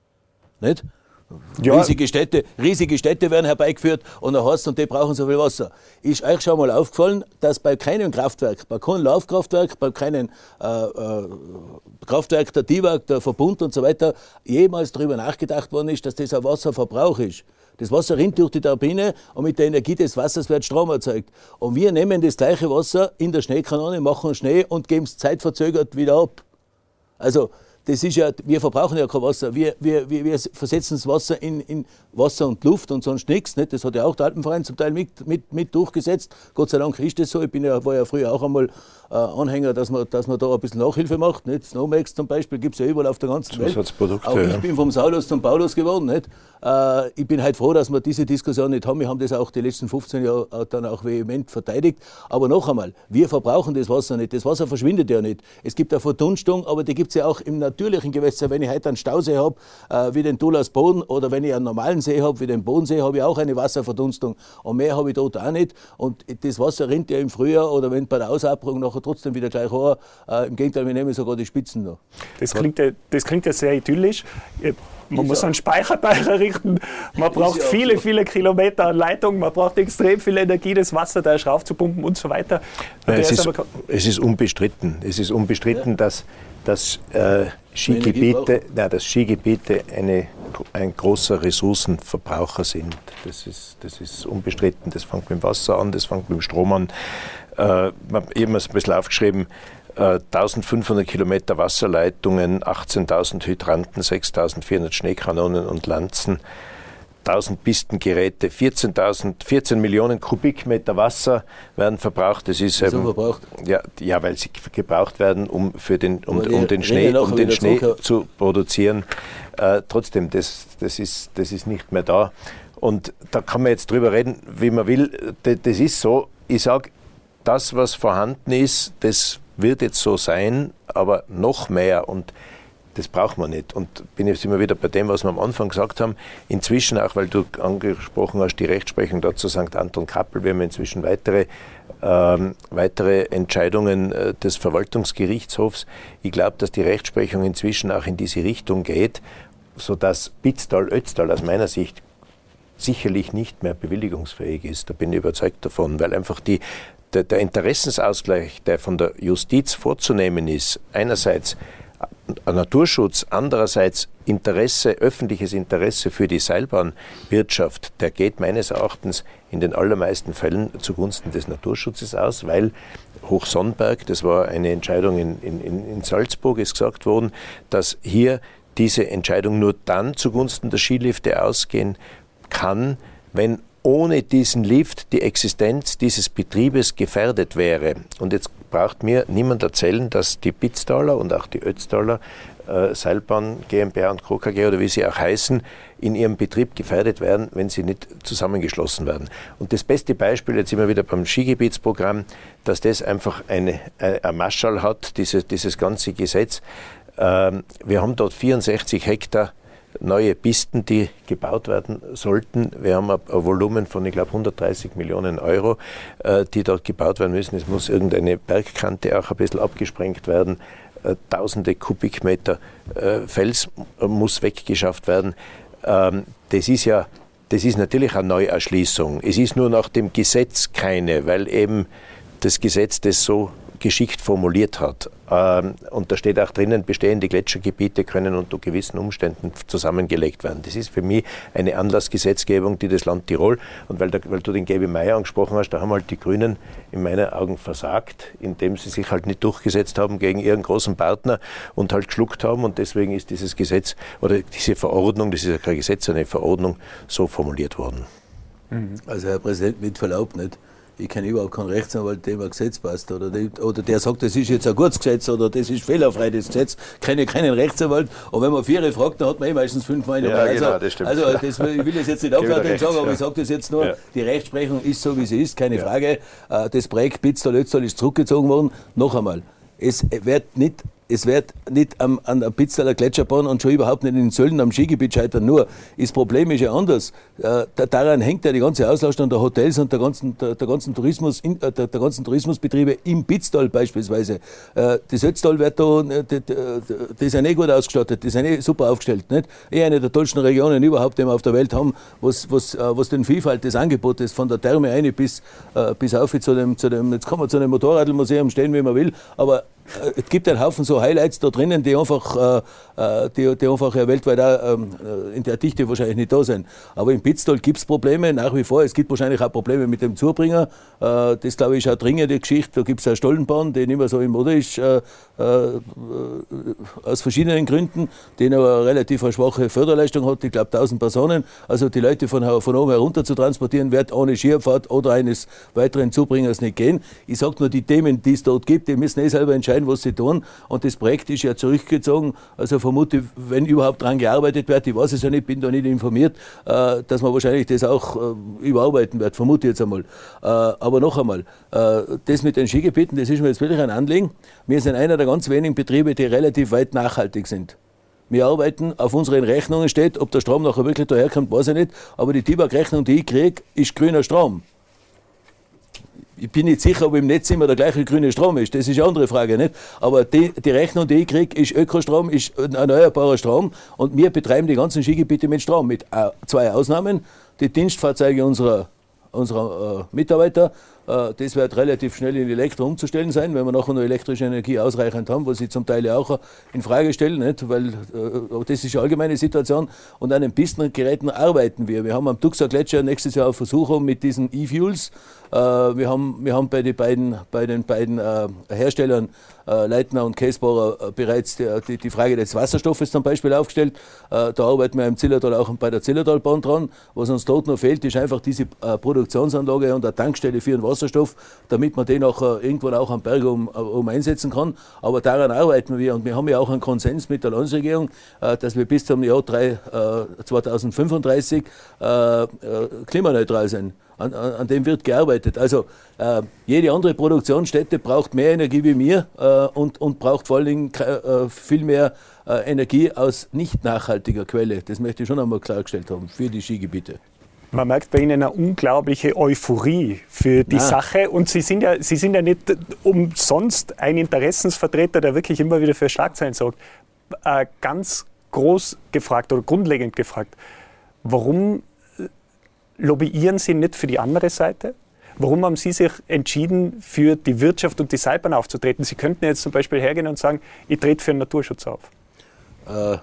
Nicht? Ja. Riesige Städte, riesige Städte werden herbeigeführt und dann heißt und die brauchen so viel Wasser. Ist euch schon mal aufgefallen, dass bei keinem Kraftwerk, bei keinem Laufkraftwerk, bei keinem äh, äh, Kraftwerk der D I W A G, der Verbund und so weiter, jemals darüber nachgedacht worden ist, dass das ein Wasserverbrauch ist. Das Wasser rinnt durch die Turbine und mit der Energie des Wassers wird Strom erzeugt. Und wir nehmen das gleiche Wasser in der Schneekanone, machen Schnee und geben es zeitverzögert wieder ab. Also, das ist ja, wir verbrauchen ja kein Wasser. Wir, wir, wir, wir versetzen das Wasser in, in Wasser und Luft und sonst nichts. Nicht? Das hat ja auch der Alpenverein zum Teil mit, mit, mit durchgesetzt. Gott sei Dank ist das so. Ich bin ja, war ja früher auch einmal äh, Anhänger, dass man, dass man da ein bisschen Nachhilfe macht. Nicht? Snowmax zum Beispiel gibt es ja überall auf der ganzen Welt. Auch ich bin vom Saulus zum Paulus geworden. Nicht? Äh, ich bin halt froh, dass wir diese Diskussion nicht haben. Wir haben das auch die letzten fünfzehn Jahre dann auch vehement verteidigt. Aber noch einmal, wir verbrauchen das Wasser nicht. Das Wasser verschwindet ja nicht. Es gibt eine Verdunstung, aber die gibt es ja auch im natürlichen Gewässer. Wenn ich heute einen Stausee habe, äh, wie den Tulas Boden, oder wenn ich einen normalen See habe, wie den Bodensee, habe ich auch eine Wasserverdunstung. Und mehr habe ich dort auch nicht. Und das Wasser rinnt ja im Frühjahr oder wenn bei der Ausabbrung nachher trotzdem wieder gleich an. Äh, Im Gegenteil, wir nehmen sogar die Spitzen noch. Das klingt ja, das klingt ja sehr idyllisch. Man muss einen Speicherteil errichten, man braucht viele, viele Kilometer an Leitung, man braucht extrem viel Energie, das Wasser da raufzupumpen und so weiter. Nein, es, ist, es ist unbestritten, es ist unbestritten, ja. dass, dass, äh, Skigebiete, nein, dass Skigebiete eine, ein großer Ressourcenverbraucher sind. Das ist, das ist unbestritten. Das fängt mit dem Wasser an, das fängt mit dem Strom an. Äh, ich habe mir ein bisschen aufgeschrieben, eintausendfünfhundert Kilometer Wasserleitungen, achtzehntausend Hydranten, sechstausendvierhundert Schneekanonen und Lanzen, tausend Pistengeräte, vierzehntausend, vierzehn Millionen Kubikmeter Wasser werden verbraucht. Das ist Wieso ähm, verbraucht? Ja, ja, weil sie gebraucht werden, um für den, um, um den Schnee, um den Schnee zu produzieren. Äh, trotzdem, das, das ist, das ist nicht mehr da. Und da kann man jetzt drüber reden, wie man will. Das, das ist so. Ich sage, das, was vorhanden ist, das wird jetzt so sein, aber noch mehr, und das braucht man nicht. Und bin jetzt immer wieder bei dem, was wir am Anfang gesagt haben, inzwischen auch, weil du angesprochen hast, die Rechtsprechung dazu Sankt Anton Kappel, wir haben inzwischen weitere, ähm, weitere Entscheidungen äh, des Verwaltungsgerichtshofs. Ich glaube, dass die Rechtsprechung inzwischen auch in diese Richtung geht, sodass Pitztal, Ötztal aus meiner Sicht sicherlich nicht mehr bewilligungsfähig ist. Da bin ich überzeugt davon, weil einfach die Der, der Interessensausgleich, der von der Justiz vorzunehmen ist, einerseits Naturschutz, andererseits Interesse, öffentliches Interesse für die Seilbahnwirtschaft, der geht meines Erachtens in den allermeisten Fällen zugunsten des Naturschutzes aus, weil Hochsonnberg, das war eine Entscheidung in, in, in Salzburg, ist gesagt worden, dass hier diese Entscheidung nur dann zugunsten der Skilifte ausgehen kann, wenn ohne diesen Lift die Existenz dieses Betriebes gefährdet wäre. Und jetzt braucht mir niemand erzählen, dass die Pitztaler und auch die Ötztaler äh, Seilbahn GmbH und Co. K G oder wie sie auch heißen, in ihrem Betrieb gefährdet werden, wenn sie nicht zusammengeschlossen werden. Und das beste Beispiel, jetzt immer wieder beim Skigebietsprogramm, dass das einfach eine, eine, ein Marschall hat, diese, dieses ganze Gesetz. Ähm, wir haben dort vierundsechzig Hektar neue Pisten, die gebaut werden sollten. Wir haben ein Volumen von, ich glaube, hundertdreißig Millionen Euro, äh, die dort gebaut werden müssen. Es muss irgendeine Bergkante auch ein bisschen abgesprengt werden. Äh, tausende Kubikmeter äh, Fels muss weggeschafft werden. Ähm, das ist ja, das ist natürlich eine Neuerschließung. Es ist nur nach dem Gesetz keine, weil eben das Gesetz das so geschickt formuliert hat. Und da steht auch drinnen, bestehende Gletschergebiete können unter gewissen Umständen zusammengelegt werden. Das ist für mich eine Anlassgesetzgebung, die das Land Tirol, und weil, da, weil du den Gaby Meier angesprochen hast, da haben halt die Grünen in meinen Augen versagt, indem sie sich halt nicht durchgesetzt haben gegen ihren großen Partner und halt geschluckt haben, und deswegen ist dieses Gesetz oder diese Verordnung, das ist ja kein Gesetz, eine Verordnung, so formuliert worden. Also Herr Präsident, mit Verlaub nicht. Ich kenne überhaupt keinen Rechtsanwalt, dem ein Gesetz passt. Oder, die, oder der sagt, das ist jetzt ein gutes Gesetz oder das ist fehlerfrei, das Gesetz. Kenne keinen Rechtsanwalt. Und wenn man vier fragt, dann hat man eh meistens fünfmal in der ja, also, genau, das stimmt. Also das, ich will das jetzt nicht abwertend sagen, aber ja. Ich sage das jetzt nur. Ja. Die Rechtsprechung ist so, wie sie ist, keine ja. Frage. Das Projekt Pitztal-Ötztal ist zurückgezogen worden. Noch einmal. Es wird nicht, es wird nicht am, an der Pitztaler Gletscherbahn und schon überhaupt nicht in den Sölden am Skigebiet scheitern. Nur, das Problem ist ja anders. Äh, daran hängt ja die ganze Auslastung der Hotels und der ganzen, der, der ganzen, Tourismus, in, der, der ganzen Tourismusbetriebe im Pitztal beispielsweise. Äh, das Ötztal wird da, die, die, die sind eh gut ausgestattet, die sind eh super aufgestellt. Nicht? Eh eine der tollsten Regionen überhaupt, die wir auf der Welt haben, was, was, was den Vielfalt des Angebotes von der Therme eine bis, äh, bis auf zu dem, zu dem, jetzt kann man zu einem Motorradmuseum stehen, wie man will, aber es gibt einen Haufen so Highlights da drinnen, die einfach, äh, die, die einfach ja weltweit auch, ähm, in der Dichte wahrscheinlich nicht da sind. Aber im Pitztal gibt es Probleme, nach wie vor. Es gibt wahrscheinlich auch Probleme mit dem Zubringer. Äh, das, glaube ich, ist eine dringende Geschichte. Da gibt es eine Stollenbahn, die nicht mehr so im Mode ist, äh, äh, aus verschiedenen Gründen, die noch eine relativ eine schwache Förderleistung hat. Ich glaube, tausend Personen. Also die Leute von, von oben herunter zu transportieren, wird ohne Skierfahrt oder eines weiteren Zubringers nicht gehen. Ich sage nur, die Themen, die es dort gibt, die müssen eh selber entscheiden, was sie tun. Und das Projekt ist ja zurückgezogen. Also vermute, wenn überhaupt daran gearbeitet wird, ich weiß es ja nicht, bin da nicht informiert, äh, dass man wahrscheinlich das auch äh, überarbeiten wird, vermute ich jetzt einmal. Äh, aber noch einmal, äh, das mit den Skigebieten, das ist mir jetzt wirklich ein Anliegen. Wir sind einer der ganz wenigen Betriebe, die relativ weit nachhaltig sind. Wir arbeiten, auf unseren Rechnungen steht, ob der Strom nachher wirklich daherkommt, weiß ich nicht, aber die T I B A K-Rechnung, die ich kriege, ist grüner Strom. Ich bin nicht sicher, ob im Netz immer der gleiche grüne Strom ist. Das ist eine andere Frage, nicht? Aber die, die Rechnung, die ich kriege, ist Ökostrom, ist erneuerbarer Strom. Und wir betreiben die ganzen Skigebiete mit Strom. Mit äh, zwei Ausnahmen. Die Dienstfahrzeuge unserer, unserer äh, Mitarbeiter, äh, das wird relativ schnell in Elektro umzustellen sein, wenn wir nachher noch elektrische Energie ausreichend haben, was sie zum Teil auch in Frage stellen, nicht? Weil äh, das ist eine allgemeine Situation. Und an den Pistengeräten arbeiten wir. Wir haben am Tuxer Gletscher nächstes Jahr eine Versuchung mit diesen E-Fuels. Wir haben, wir haben bei, die beiden, bei den beiden äh, Herstellern, äh, Leitner und Käsbohrer, äh, bereits die, die, die Frage des Wasserstoffes zum Beispiel aufgestellt. Äh, da arbeiten wir im Zillertal auch bei der Zillertalbahn dran. Was uns dort noch fehlt, ist einfach diese äh, Produktionsanlage und eine Tankstelle für den Wasserstoff, damit man den auch äh, irgendwann auch am Berg um, um einsetzen kann. Aber daran arbeiten wir und wir haben ja auch einen Konsens mit der Landesregierung, äh, dass wir bis zum Jahr drei, äh, zweitausendfünfunddreißig äh, äh, klimaneutral sind. An, an, an dem wird gearbeitet. Also äh, jede andere Produktionsstätte braucht mehr Energie wie wir äh, und, und braucht vor allen Dingen äh, viel mehr äh, Energie aus nicht nachhaltiger Quelle. Das möchte ich schon einmal klargestellt haben für die Skigebiete. Man merkt bei Ihnen eine unglaubliche Euphorie für die Nein. Sache. Und Sie sind, ja, Sie sind ja nicht umsonst ein Interessensvertreter, der wirklich immer wieder für Schlagzeilen sorgt. Äh, ganz groß gefragt oder grundlegend gefragt, warum lobbyieren Sie nicht für die andere Seite? Warum haben Sie sich entschieden, für die Wirtschaft und die Seilbahn aufzutreten? Sie könnten jetzt zum Beispiel hergehen und sagen, ich trete für den Naturschutz auf. Äh,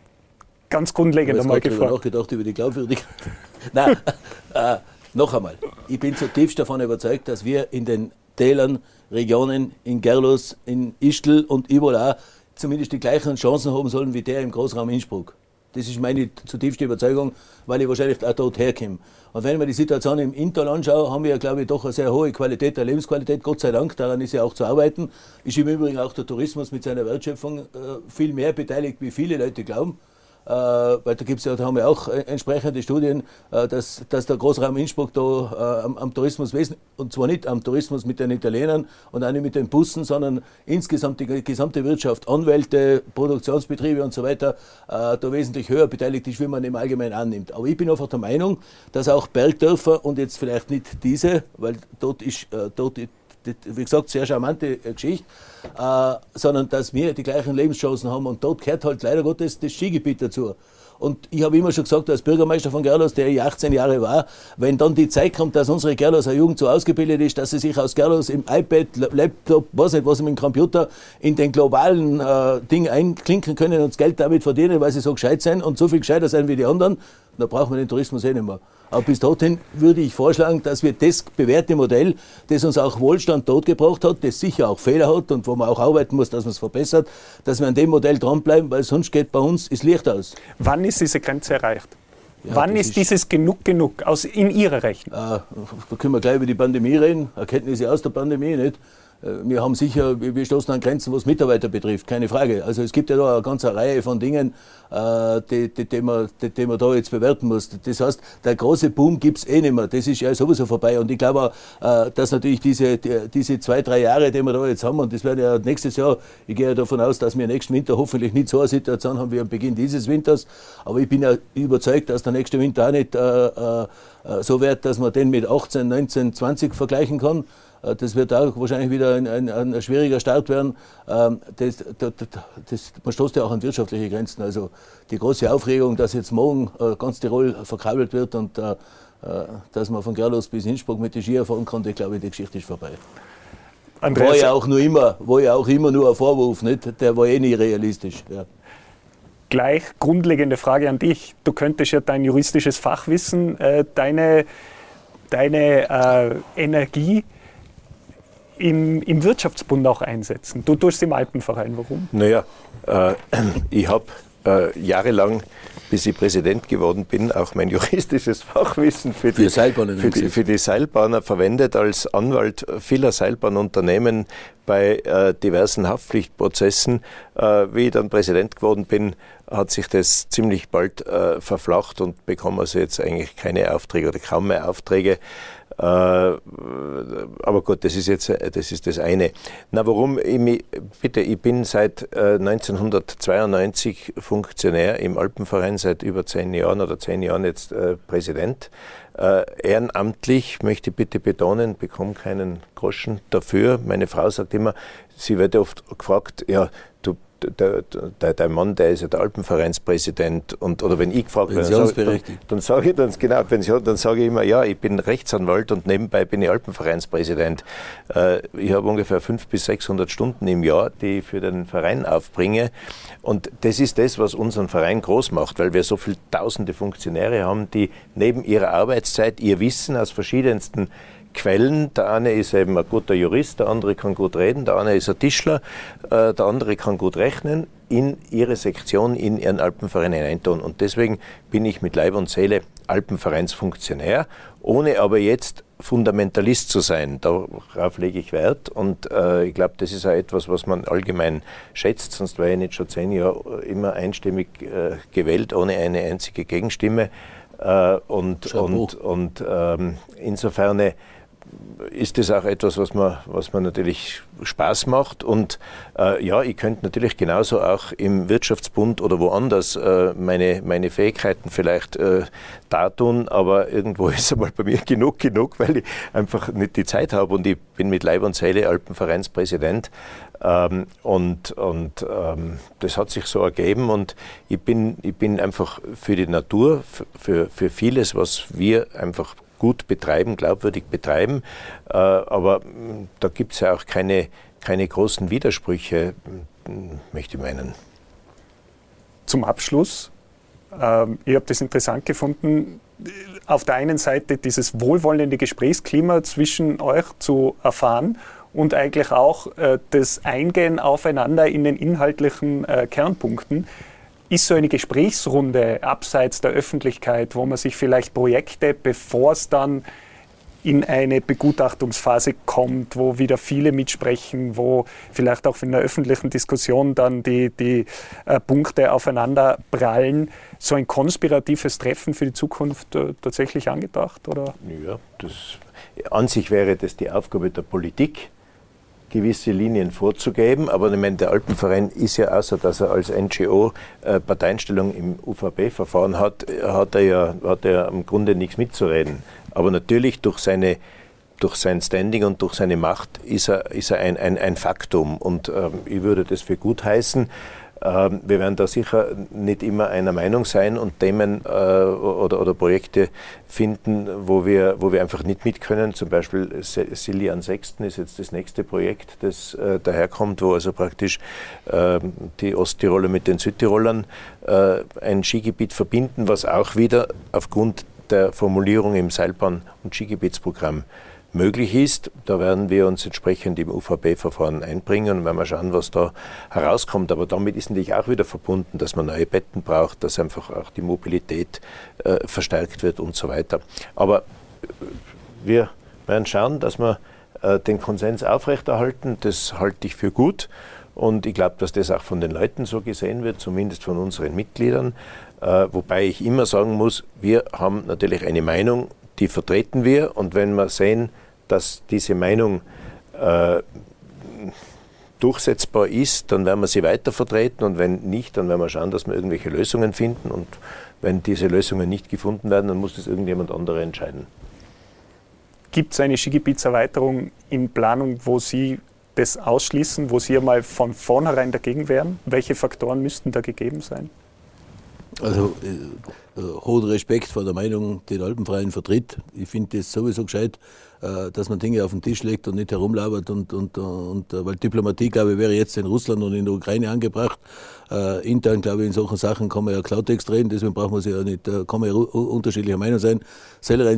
Ganz grundlegend einmal gefragt. Ich habe nachgedacht über die Glaubwürdigkeit. Nein, äh, noch einmal. Ich bin zutiefst davon überzeugt, dass wir in den Tälern, Regionen, in Gerlos, in Ischgl und überall auch zumindest die gleichen Chancen haben sollen wie der im Großraum Innsbruck. Das ist meine zutiefste Überzeugung, weil ich wahrscheinlich auch dort herkomme. Und wenn ich mir die Situation im Inntal anschaue, haben wir, glaube ich, doch eine sehr hohe Qualität der Lebensqualität, Gott sei Dank, daran ist ja auch zu arbeiten. Ist im Übrigen auch der Tourismus mit seiner Wertschöpfung äh, viel mehr beteiligt, wie viele Leute glauben. Äh, weil da gibt's ja, da haben wir auch äh, entsprechende Studien, äh, dass, dass der Großraum Innsbruck da äh, am, am Tourismus wesentlich, und zwar nicht am Tourismus mit den Italienern und auch nicht mit den Bussen, sondern insgesamt die gesamte Wirtschaft, Anwälte, Produktionsbetriebe und so weiter, äh, da wesentlich höher beteiligt ist, wie man im Allgemeinen annimmt. Aber ich bin einfach der Meinung, dass auch Bergdörfer und jetzt vielleicht nicht diese, weil dort ist, äh, dort ist wie gesagt, sehr charmante Geschichte, äh, sondern dass wir die gleichen Lebenschancen haben und dort gehört halt leider Gottes das Skigebiet dazu. Und ich habe immer schon gesagt, als Bürgermeister von Gerlos, der ich achtzehn Jahre war, wenn dann die Zeit kommt, dass unsere Gerloser Jugend so ausgebildet ist, dass sie sich aus Gerlos im iPad, Laptop, weiß nicht was, mit dem Computer in den globalen äh, Ding einklinken können und das Geld damit verdienen, weil sie so gescheit sind und so viel gescheiter sind wie die anderen, dann brauchen wir den Tourismus eh nicht mehr. Aber bis dorthin würde ich vorschlagen, dass wir das bewährte Modell, das uns auch Wohlstand totgebracht hat, das sicher auch Fehler hat und wo man auch arbeiten muss, dass man es verbessert, dass wir an dem Modell dranbleiben, weil sonst geht bei uns das Licht aus. Wann ist diese Grenze erreicht? Ja, Wann ist, ist dieses genug genug aus, in Ihrer Rechnung? Äh, da können wir gleich über die Pandemie reden, Erkenntnisse aus der Pandemie, nicht? wir haben sicher, wir stoßen an Grenzen, was Mitarbeiter betrifft, keine Frage. Also es gibt ja da eine ganze Reihe von Dingen, äh, die, die, die, man, die, die man da jetzt bewerten muss. Das heißt, der große Boom gibt's eh nicht mehr. Das ist ja sowieso vorbei. Und ich glaube auch, äh, dass natürlich diese, die, diese zwei, drei Jahre, die wir da jetzt haben, und das werden ja nächstes Jahr, ich gehe ja davon aus, dass wir nächsten Winter hoffentlich nicht so eine Situation haben wie am Beginn dieses Winters. Aber ich bin ja überzeugt, dass der nächste Winter auch nicht äh, äh, so wird, dass man den mit achtzehn, neunzehn, zwanzig vergleichen kann. Das wird auch wahrscheinlich wieder ein, ein, ein schwieriger Start werden. Das, das, das, man stoßt ja auch an wirtschaftliche Grenzen. Also die große Aufregung, dass jetzt morgen ganz Tirol verkabelt wird und dass man von Gerlos bis Innsbruck mit den Skier fahren konnte, ich glaube, die Geschichte ist vorbei. Andreas, war ja auch nur immer, war ja auch immer nur ein Vorwurf, nicht? Der war eh nicht realistisch. Ja. Gleich grundlegende Frage an dich. Du könntest ja dein juristisches Fachwissen, äh, deine, deine äh, Energie Im, im Wirtschaftsbund auch einsetzen. Du tust im Alpenverein. Warum? Naja, äh, ich habe äh, jahrelang, bis ich Präsident geworden bin, auch mein juristisches Fachwissen für die, für für die, für die Seilbahner verwendet als Anwalt vieler Seilbahnunternehmen bei äh, diversen Haftpflichtprozessen. Äh, wie ich dann Präsident geworden bin, hat sich das ziemlich bald äh, verflacht und bekomme also jetzt eigentlich keine Aufträge oder kaum mehr Aufträge. Äh, aber gut, das ist jetzt das ist das eine. Na, warum? Ich, bitte, ich bin seit äh, neunzehnhundertzweiundneunzig Funktionär im Alpenverein, seit über zehn Jahren oder zehn Jahren jetzt äh, Präsident. Äh, ehrenamtlich, möchte ich bitte betonen, bekomme keinen Groschen dafür. Meine Frau sagt immer, sie wird oft gefragt, ja, du Der, der, der Mann, der ist ja der Alpenvereinspräsident, und oder wenn ich gefragt werde, dann sage dann sag ich dann genau, Pension, dann sage ich immer, ja, ich bin Rechtsanwalt und nebenbei bin ich Alpenvereinspräsident. Äh, ich habe ungefähr fünfhundert bis sechshundert Stunden im Jahr, die ich für den Verein aufbringe, und das ist das, was unseren Verein groß macht, weil wir so viele tausende Funktionäre haben, die neben ihrer Arbeitszeit ihr Wissen aus verschiedensten Quellen. Der eine ist eben ein guter Jurist, der andere kann gut reden, der eine ist ein Tischler, äh, der andere kann gut rechnen, in ihre Sektion, in ihren Alpenverein hineintun. Und deswegen bin ich mit Leib und Seele Alpenvereinsfunktionär, ohne aber jetzt Fundamentalist zu sein. Darauf lege ich Wert, und äh, ich glaube, das ist auch etwas, was man allgemein schätzt, sonst wäre ich nicht schon zehn Jahre immer einstimmig äh, gewählt, ohne eine einzige Gegenstimme. Äh, und und, und ähm, insofern ist das auch etwas, was mir, was mir natürlich Spaß macht. Und äh, ja, ich könnte natürlich genauso auch im Wirtschaftsbund oder woanders äh, meine, meine Fähigkeiten vielleicht äh, dartun, aber irgendwo ist einmal bei mir genug genug, weil ich einfach nicht die Zeit habe, und ich bin mit Leib und Seele Alpenvereinspräsident. Ähm, und und ähm, das hat sich so ergeben, und ich bin, ich bin einfach für die Natur, für, für vieles, was wir einfach gut betreiben, glaubwürdig betreiben, äh, aber da gibt es ja auch keine, keine großen Widersprüche, möchte ich meinen. Zum Abschluss, ähm, ich habe das interessant gefunden, auf der einen Seite dieses wohlwollende Gesprächsklima zwischen euch zu erfahren und eigentlich auch äh, das Eingehen aufeinander in den inhaltlichen äh, Kernpunkten. Ist so eine Gesprächsrunde abseits der Öffentlichkeit, wo man sich vielleicht Projekte, bevor es dann in eine Begutachtungsphase kommt, wo wieder viele mitsprechen, wo vielleicht auch in der öffentlichen Diskussion dann die, die äh, Punkte aufeinander prallen, so ein konspiratives Treffen für die Zukunft äh, tatsächlich angedacht? Oder? Ja, das, an sich wäre das die Aufgabe der Politik, gewisse Linien vorzugeben, aber ich meine, der Alpenverein ist ja, außer dass er als N G O äh, Parteienstellung im U V B-Verfahren hat, hat er ja hat er im Grunde nichts mitzureden. Aber natürlich durch seine durch sein Standing und durch seine Macht ist er, ist er ein, ein, ein Faktum, und ähm, ich würde das für gut heißen. Ähm, wir werden da sicher nicht immer einer Meinung sein und Themen äh, oder, oder Projekte finden, wo wir, wo wir einfach nicht mit können. Zum Beispiel Silly an Sechsten ist jetzt das nächste Projekt, das äh, daherkommt, wo also praktisch äh, die Osttiroler mit den Südtirolern äh, ein Skigebiet verbinden, was auch wieder aufgrund der Formulierung im Seilbahn- und Skigebietsprogramm möglich ist. Da werden wir uns entsprechend im U V B-Verfahren einbringen und werden wir schauen, was da herauskommt. Aber damit ist natürlich auch wieder verbunden, dass man neue Betten braucht, dass einfach auch die Mobilität äh, verstärkt wird und so weiter. Aber wir werden schauen, dass wir äh, den Konsens aufrechterhalten. Das halte ich für gut. Und ich glaube, dass das auch von den Leuten so gesehen wird, zumindest von unseren Mitgliedern. Äh, wobei ich immer sagen muss, wir haben natürlich eine Meinung, die vertreten wir. Und wenn wir sehen, dass diese Meinung äh, durchsetzbar ist, dann werden wir sie weiter vertreten. Und wenn nicht, dann werden wir schauen, dass wir irgendwelche Lösungen finden. Und wenn diese Lösungen nicht gefunden werden, dann muss das irgendjemand anderer entscheiden. Gibt es eine Skigebietserweiterung in Planung, wo Sie das ausschließen, wo Sie einmal von vornherein dagegen wären? Welche Faktoren müssten da gegeben sein? Also äh, äh, hohen Respekt vor der Meinung, die der Alpenverein vertritt. Ich finde das sowieso gescheit, äh, dass man Dinge auf den Tisch legt und nicht herumlabert. Und, und, und, äh, weil Diplomatie, glaube ich, wäre jetzt in Russland und in der Ukraine angebracht. Äh, intern, glaube ich, in solchen Sachen kann man ja Klartext reden, deswegen braucht man sich ja nicht, äh, kann man ja unterschiedlicher Meinung sein. Siljan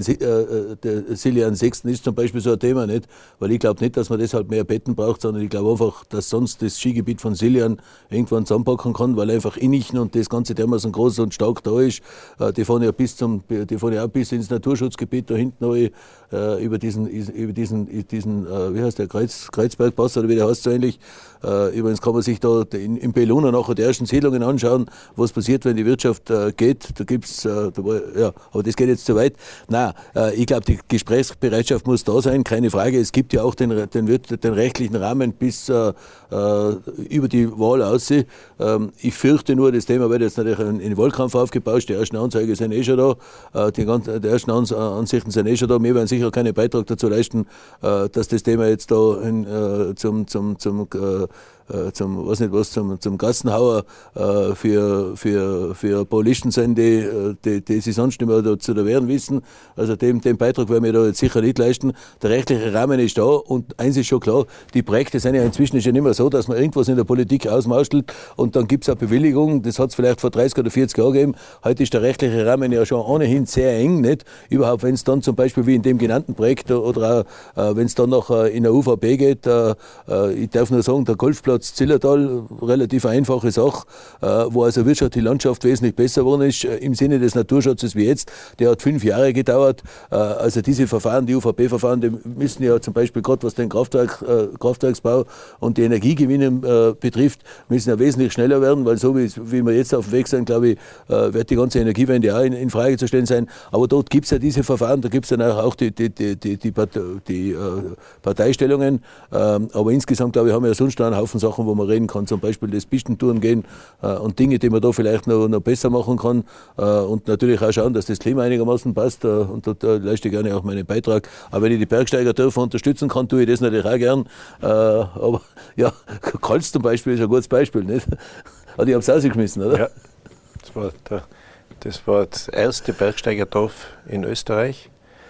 äh, Sechsten ist zum Beispiel so ein Thema, nicht? Weil ich glaube nicht, dass man deshalb mehr Betten braucht, sondern ich glaube einfach, dass sonst das Skigebiet von Siljan irgendwann zusammenpacken kann, weil einfach Innichen und das Ganze dermaßen groß und stark da ist. Äh, die fahren ja bis zum, die fahren ja auch bis ins Naturschutzgebiet da hinten neu, äh, über diesen, über diesen, diesen äh, wie heißt der, Kreuz, Kreuzbergpass oder wie der heißt so ähnlich. Äh, übrigens kann man sich da in, in Belluna nachher die ersten Siedlungen anschauen, was passiert, wenn die Wirtschaft äh, geht. Da gibt's, äh, da war, ja, aber das geht jetzt zu weit. Nein, äh, ich glaube, die Gesprächsbereitschaft muss da sein, keine Frage. Es gibt ja auch den, den, den rechtlichen Rahmen bis äh, äh, über die Wahl aus. Ähm, ich fürchte nur, das Thema wird jetzt natürlich in den Wahlkampf aufgebauscht. Die ersten Anzeigen sind eh schon da. Äh, die, ganzen, die ersten Ans Ansichten sind eh schon da. Wir werden sicher keinen Beitrag dazu leisten, äh, dass das Thema jetzt da in, äh, zum, zum, zum äh, zum, was nicht was, zum, zum Gassenhauer äh, für, für, für ein paar Listen sind, die, die, die sie sonst nicht mehr da zu wehren wissen. Also den, den Beitrag werden wir da jetzt sicher nicht leisten. Der rechtliche Rahmen ist da und eins ist schon klar, die Projekte sind ja inzwischen schon nicht mehr so, dass man irgendwas in der Politik ausmauschelt und dann gibt es eine Bewilligung, das hat es vielleicht vor dreißig oder vierzig Jahren gegeben. Heute ist der rechtliche Rahmen ja schon ohnehin sehr eng, nicht? Überhaupt, wenn es dann zum Beispiel wie in dem genannten Projekt oder auch, äh, wenn es dann noch äh, in der U V B geht, äh, äh, ich darf nur sagen, der Golfplatz Zillertal, relativ einfache Sache, äh, wo also wirtschaftliche Landschaft wesentlich besser geworden ist, äh, im Sinne des Naturschutzes wie jetzt. Der hat fünf Jahre gedauert. Äh, also diese Verfahren, die U V B-Verfahren, die müssen ja zum Beispiel gerade was den Kraftwerk, äh, Kraftwerksbau und die Energiegewinne äh, betrifft, müssen ja wesentlich schneller werden, weil so wie, wie wir jetzt auf dem Weg sind, glaube ich, äh, wird die ganze Energiewende auch in, in Frage zu stellen sein. Aber dort gibt es ja diese Verfahren, da gibt es dann auch die, die, die, die, die, Partei, die äh, Parteistellungen. Ähm, aber insgesamt, glaube ich, haben wir ja sonst noch einen Haufen Sachen, wo man reden kann, zum Beispiel das Pistentouren gehen äh, und Dinge, die man da vielleicht noch, noch besser machen kann äh, und natürlich auch schauen, dass das Klima einigermaßen passt äh, und da, da leiste ich gerne auch meinen Beitrag. Aber wenn ich die Bergsteigerdörfer unterstützen kann, tue ich das natürlich auch gern. Äh, aber ja, Kals zum Beispiel ist ein gutes Beispiel, nicht? Also ich habe es rausgeschmissen, oder? Ja, das war, der, das war das erste Bergsteigerdorf in Österreich,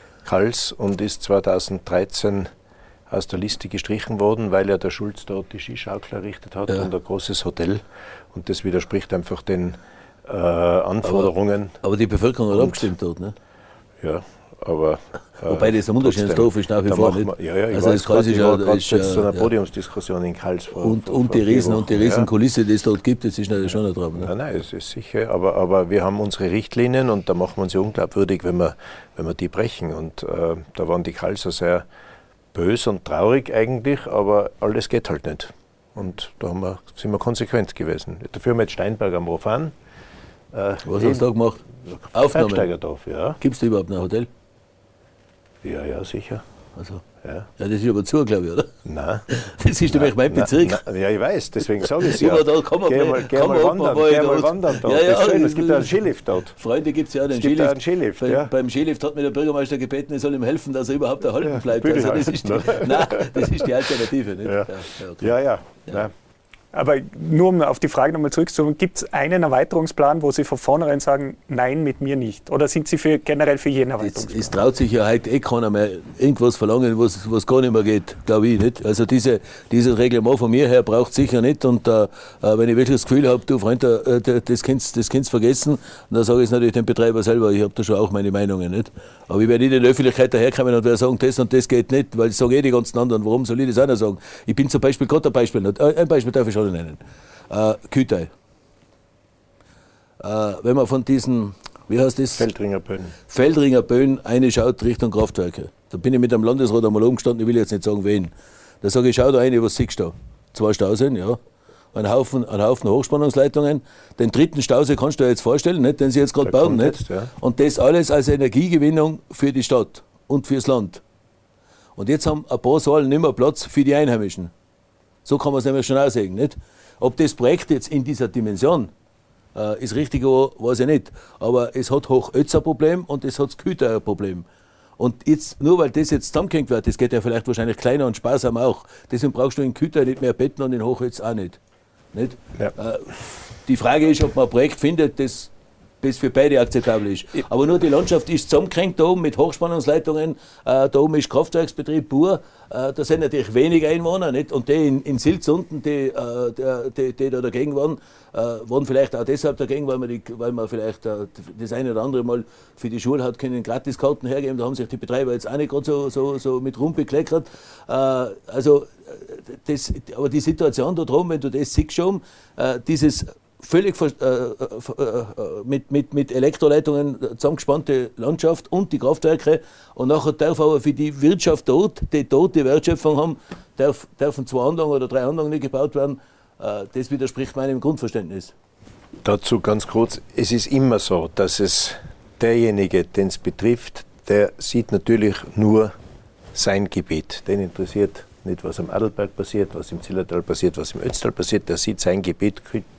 Kals, und ist zweitausenddreizehn aus der Liste gestrichen worden, weil ja der Schulz dort die Skischaukel errichtet hat, ja, und ein großes Hotel. Und das widerspricht einfach den äh, Anforderungen. Aber, aber die Bevölkerung hat abgestimmt dort, ne? Ja, aber... Äh, Wobei das ein wunderschönes Dorf ist nach wie vor, nicht? Ja, ja, ich also das Kals ist ja... Das ist jetzt so eine Podiumsdiskussion in Kals vor, Und, vor, und, vor die Riesen, Wochen, und die Riesenkulisse, die es dort gibt, das ist natürlich schon ein Traum. Ne? Nein, nein, es ist sicher, aber, aber wir haben unsere Richtlinien und da machen wir uns ja unglaubwürdig, wenn wir, wenn wir die brechen. Und äh, da waren die Kalser sehr bös und traurig eigentlich, aber alles geht halt nicht. Und da haben wir, sind wir konsequent gewesen. Dafür haben wir jetzt Steinberg am Profan. Äh, Was hast du da gemacht? Aufnahmen? Bergsteigerdorf, ja. Gibt es da überhaupt ein Hotel? Ja, ja, sicher. Also. Ja. Ja, das ist aber zu, glaube ich, oder? Nein. Das ist nämlich mein Bezirk. Na, na, ja, ich weiß, deswegen sage ich es ja. Da kann man geh mal, geh mal wandern, geh mal wandern dort. Ja, ja, das ist schön, es gibt ja einen Skilift dort. Freunde gibt es ja auch einen es gibt Skilift. einen Skilift Bei, ja. Beim Skilift hat mir der Bürgermeister gebeten, ich soll ihm helfen, dass er überhaupt erhalten ja, bleibt. Also das ist die, nein, das ist die Alternative. Nicht? Ja, ja, okay. ja. ja. ja. Aber nur um auf die Frage nochmal zurückzukommen, gibt es einen Erweiterungsplan, wo Sie von vornherein sagen, nein, mit mir nicht? Oder sind Sie für, generell für jeden Erweiterungsplan? Es, es traut sich ja heute eh keiner mehr irgendwas verlangen, was, was gar nicht mehr geht, glaube ich nicht. Also diese, dieses Reglement von mir her braucht sicher nicht. Und äh, wenn ich wirklich das Gefühl habe, du Freund, äh, das kannst du das vergessen, dann sage ich es natürlich dem Betreiber selber, ich habe da schon auch meine Meinungen. Nicht? Aber ich werde nicht in der Öffentlichkeit daherkommen und werde sagen, das und das geht nicht, weil ich sage eh die ganzen anderen, warum soll ich das auch noch sagen? Ich bin zum Beispiel, gerade ein Beispiel, ein Beispiel darf ich schon nennen. Äh, Kütei. Äh, wenn man von diesen, wie heißt das? Feldringer Böen. Feldringer Böen eine schaut Richtung Kraftwerke. Da bin ich mit einem Landesrat einmal umgestanden, ich will jetzt nicht sagen wen. Da sage ich, schau da rein, was siehst du da? Zwei Stauseen, ja. Ein Haufen, ein Haufen Hochspannungsleitungen. Den dritten Stausee kannst du dir jetzt vorstellen, nicht, den sie jetzt gerade bauen. Nicht? Jetzt, ja. Und das alles als Energiegewinnung für die Stadt und fürs Land. Und jetzt haben ein paar Säulen nicht mehr Platz für die Einheimischen. So kann man es nämlich schon auch sehen. Nicht? Ob das Projekt jetzt in dieser Dimension äh, ist richtig war, weiß ich nicht. Aber es hat Hochötz ein Problem und es hat das Küter ein Problem. Und jetzt, nur weil das jetzt zusammengehängt wird, das geht ja vielleicht wahrscheinlich kleiner und sparsam auch. Deswegen brauchst du in Küter nicht mehr Betten und in Hochötz auch nicht. Nicht? Ja. Äh, die Frage ist, ob man ein Projekt findet, das, das für beide akzeptabel ist. Aber nur die Landschaft ist zusammengehängt da oben mit Hochspannungsleitungen, äh, da oben ist Kraftwerksbetrieb pur, äh, da sind natürlich wenig Einwohner, nicht? Und die in, in Silz unten, die, äh, die, die, die da dagegen waren, äh, waren vielleicht auch deshalb dagegen, weil man, die, weil man vielleicht äh, das eine oder andere Mal für die Schule hat können Gratiskarten hergeben, da haben sich die Betreiber jetzt auch nicht gerade so, so, so mit Ruhm bekleckert. Äh, also, das, aber die Situation da drum, wenn du das siehst schon, äh, dieses völlig äh, äh, mit, mit, mit Elektroleitungen zusammengespannte Landschaft und die Kraftwerke und nachher darf aber für die Wirtschaft dort, die dort die Wertschöpfung haben, darf, dürfen zwei Anlagen oder drei Anlagen nicht gebaut werden. Äh, das widerspricht meinem Grundverständnis. Dazu ganz kurz, es ist immer so, dass es derjenige, den es betrifft, der sieht natürlich nur sein Gebiet. Den interessiert nicht, was am Adelberg passiert, was im Zillertal passiert, was im Ötztal passiert. Der sieht sein Gebiet,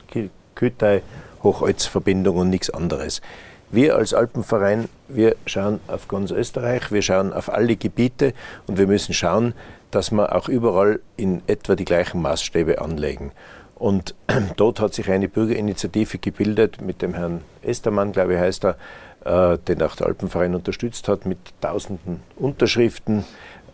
Kütei, Hochötz-Verbindung und nichts anderes. Wir als Alpenverein, wir schauen auf ganz Österreich, wir schauen auf alle Gebiete und wir müssen schauen, dass wir auch überall in etwa die gleichen Maßstäbe anlegen. Und dort hat sich eine Bürgerinitiative gebildet mit dem Herrn Estermann, glaube ich heißt er, äh, den auch der Alpenverein unterstützt hat, mit tausenden Unterschriften,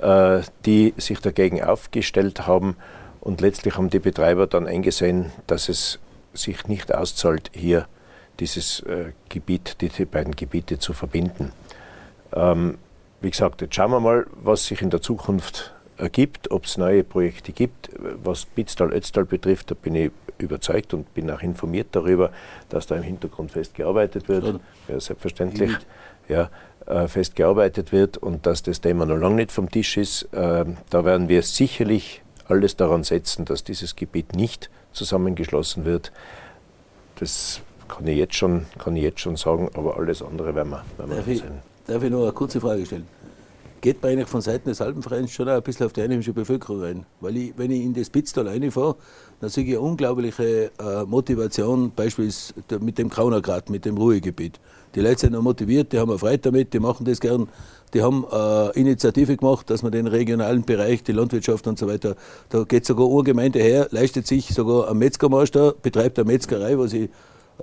die sich dagegen aufgestellt haben. Und letztlich haben die Betreiber dann eingesehen, dass es sich nicht auszahlt, hier dieses äh, Gebiet, diese beiden Gebiete zu verbinden. Ähm, wie gesagt, jetzt schauen wir mal, was sich in der Zukunft ergibt, ob es neue Projekte gibt. Was Pitztal, Ötztal betrifft, da bin ich überzeugt und bin auch informiert darüber, dass da im Hintergrund fest gearbeitet wird. Ja, selbstverständlich. Ja, fest gearbeitet wird und dass das Thema noch lange nicht vom Tisch ist. Da werden wir sicherlich alles daran setzen, dass dieses Gebiet nicht zusammengeschlossen wird. Das kann ich jetzt schon, kann ich jetzt schon sagen, aber alles andere werden wir, werden wir darf, ich, darf ich noch eine kurze Frage stellen? Geht man eigentlich von Seiten des Alpenvereins schon auch ein bisschen auf die einheimische Bevölkerung ein? Weil ich, wenn ich in das Pitztal reinfahre, dann sehe ich eine unglaubliche äh, Motivation, beispielsweise mit dem Kraunergrat, mit dem Ruhegebiet. Die Leute sind noch motiviert, die haben eine Freude damit, die machen das gern. Die haben äh, Initiative gemacht, dass man den regionalen Bereich, die Landwirtschaft und so weiter, da geht sogar eine Gemeinde her, leistet sich sogar ein Metzgermeister, betreibt eine Metzgerei, was ich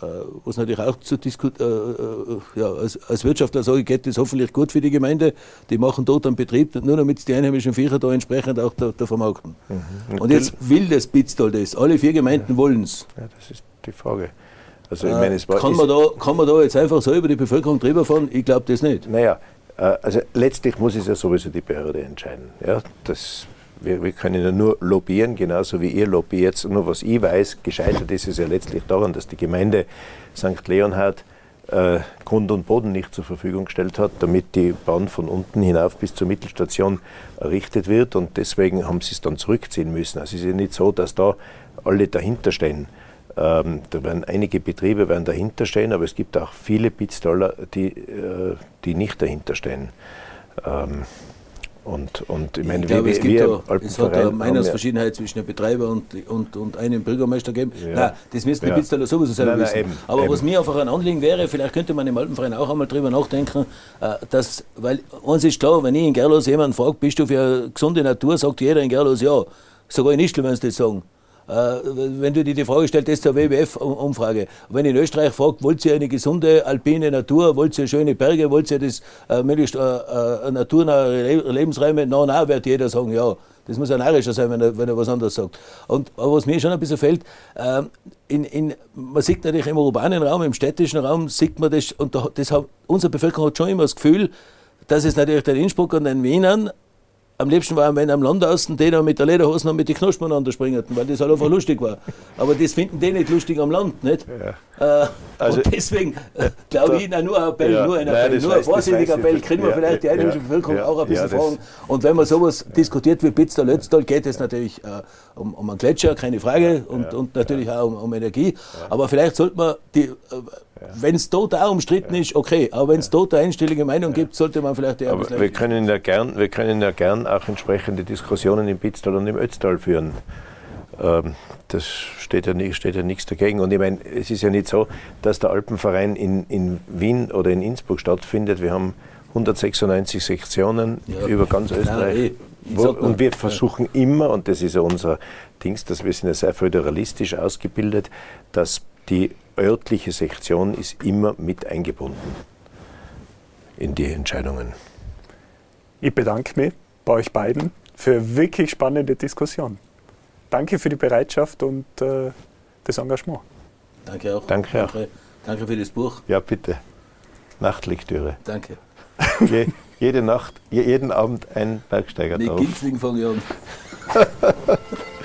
was natürlich auch zu diskutieren, äh, ja, als, als Wirtschaftler sage ich, geht das hoffentlich gut für die Gemeinde. Die machen dort einen Betrieb, nur damit die einheimischen Viecher da entsprechend auch da, da vermarkten. Mhm. Und jetzt will das Pitztal das. Alle vier Gemeinden ja. wollen es. Ja, das ist die Frage. Also, ich meine, es war kann, man da, kann man da jetzt einfach so über die Bevölkerung drüber fahren? Ich glaube das nicht. Naja, äh, also letztlich muss es ja sowieso die Behörde entscheiden. Ja, das Wir, wir können ja nur lobbyieren, genauso wie ihr lobbyiert. Nur was ich weiß, gescheitert ist es ja letztlich daran, dass die Gemeinde Sankt Leonhard äh, Grund und Boden nicht zur Verfügung gestellt hat, damit die Bahn von unten hinauf bis zur Mittelstation errichtet wird. Und deswegen haben sie es dann zurückziehen müssen. Also es ist ja nicht so, dass da alle dahinter stehen. Ähm, da werden einige Betriebe werden dahinter stehen, aber es gibt auch viele Pitztaler, die, äh, die nicht dahinter stehen. Ähm, Und, und ich meine, ich glaube, wie, es, gibt wir da, es hat eine Meinungsverschiedenheit zwischen dem Betreiber und, und, und einem Bürgermeister geben. Ja. Nein, das müssen die ja. Pitztaler sowieso selber nein, nein, wissen. Eben, Aber eben. was mir einfach ein Anliegen wäre, vielleicht könnte man im Alpenverein auch einmal drüber nachdenken, dass, weil uns ist klar, wenn ich in Gerlos jemanden frage, bist du für eine gesunde Natur, sagt jeder in Gerlos ja. Sogar in Ischl, wenn sie das sagen. Äh, wenn du dir die Frage stellst, das ist eine W W F-Umfrage. Wenn ich in Österreich frage, wollt ihr eine gesunde alpine Natur, wollt ihr schöne Berge, wollt ihr das äh, möglichst äh, äh, naturnahe Lebensräume? Nein, nein, wird jeder sagen, ja. Das muss ein Narischer sein, wenn er, wenn er was anderes sagt. Und, aber was mir schon ein bisschen fehlt, äh, in, in, man sieht natürlich im urbanen Raum, im städtischen Raum, sieht man das, und das hat, unsere Bevölkerung hat schon immer das Gefühl, dass es natürlich den Innsbruckern und den Wienern am liebsten war, wenn am Land außen die noch mit der Lederhose noch mit den Knospen aneinander springen, weil das halt einfach lustig war. Aber das finden die nicht lustig am Land, nicht? Ja. Äh, also, und deswegen äh, glaube ich, nur ein Appell, ja. nur ein, Appell, Nein, nur ein vorsichtiger Appell, kriegen wir ja, vielleicht die einheimische ja, Bevölkerung ja, auch ein bisschen ja, fragen. Und wenn man sowas ja. diskutiert wie Pitztal, Ötztal, geht es natürlich äh, um, um einen Gletscher, keine Frage, und, ja. und natürlich ja. auch um, um Energie. Ja. Aber vielleicht sollte man die, äh, ja. wenn es dort auch umstritten ja. ist, okay, aber wenn es dort eine einstellige Meinung ja. gibt, sollte man vielleicht eher ein bisschen. Wir können ja gern, wir können ja gern auch entsprechende Diskussionen im Pitztal und im Ötztal führen. Ähm, das steht ja, nicht, steht ja nichts dagegen. Und ich meine, es ist ja nicht so, dass der Alpenverein in, in Wien oder in Innsbruck stattfindet. Wir haben hundertsechsundneunzig Sektionen ja. über ganz Österreich. Nein, wo, und wir versuchen immer, und das ist ja unser Dings, dass wir sind ja sehr föderalistisch ausgebildet, dass die örtliche Sektion ist immer mit eingebunden in die Entscheidungen. Ich bedanke mich bei euch beiden für eine wirklich spannende Diskussion. Danke für die Bereitschaft und äh, das Engagement. Danke auch. Danke auch. Danke, danke für das Buch. Ja, bitte. Nachtlektüre. Danke. Je, jede Nacht, jeden Abend ein Bergsteiger Mit drauf. Kienzling fange ich an.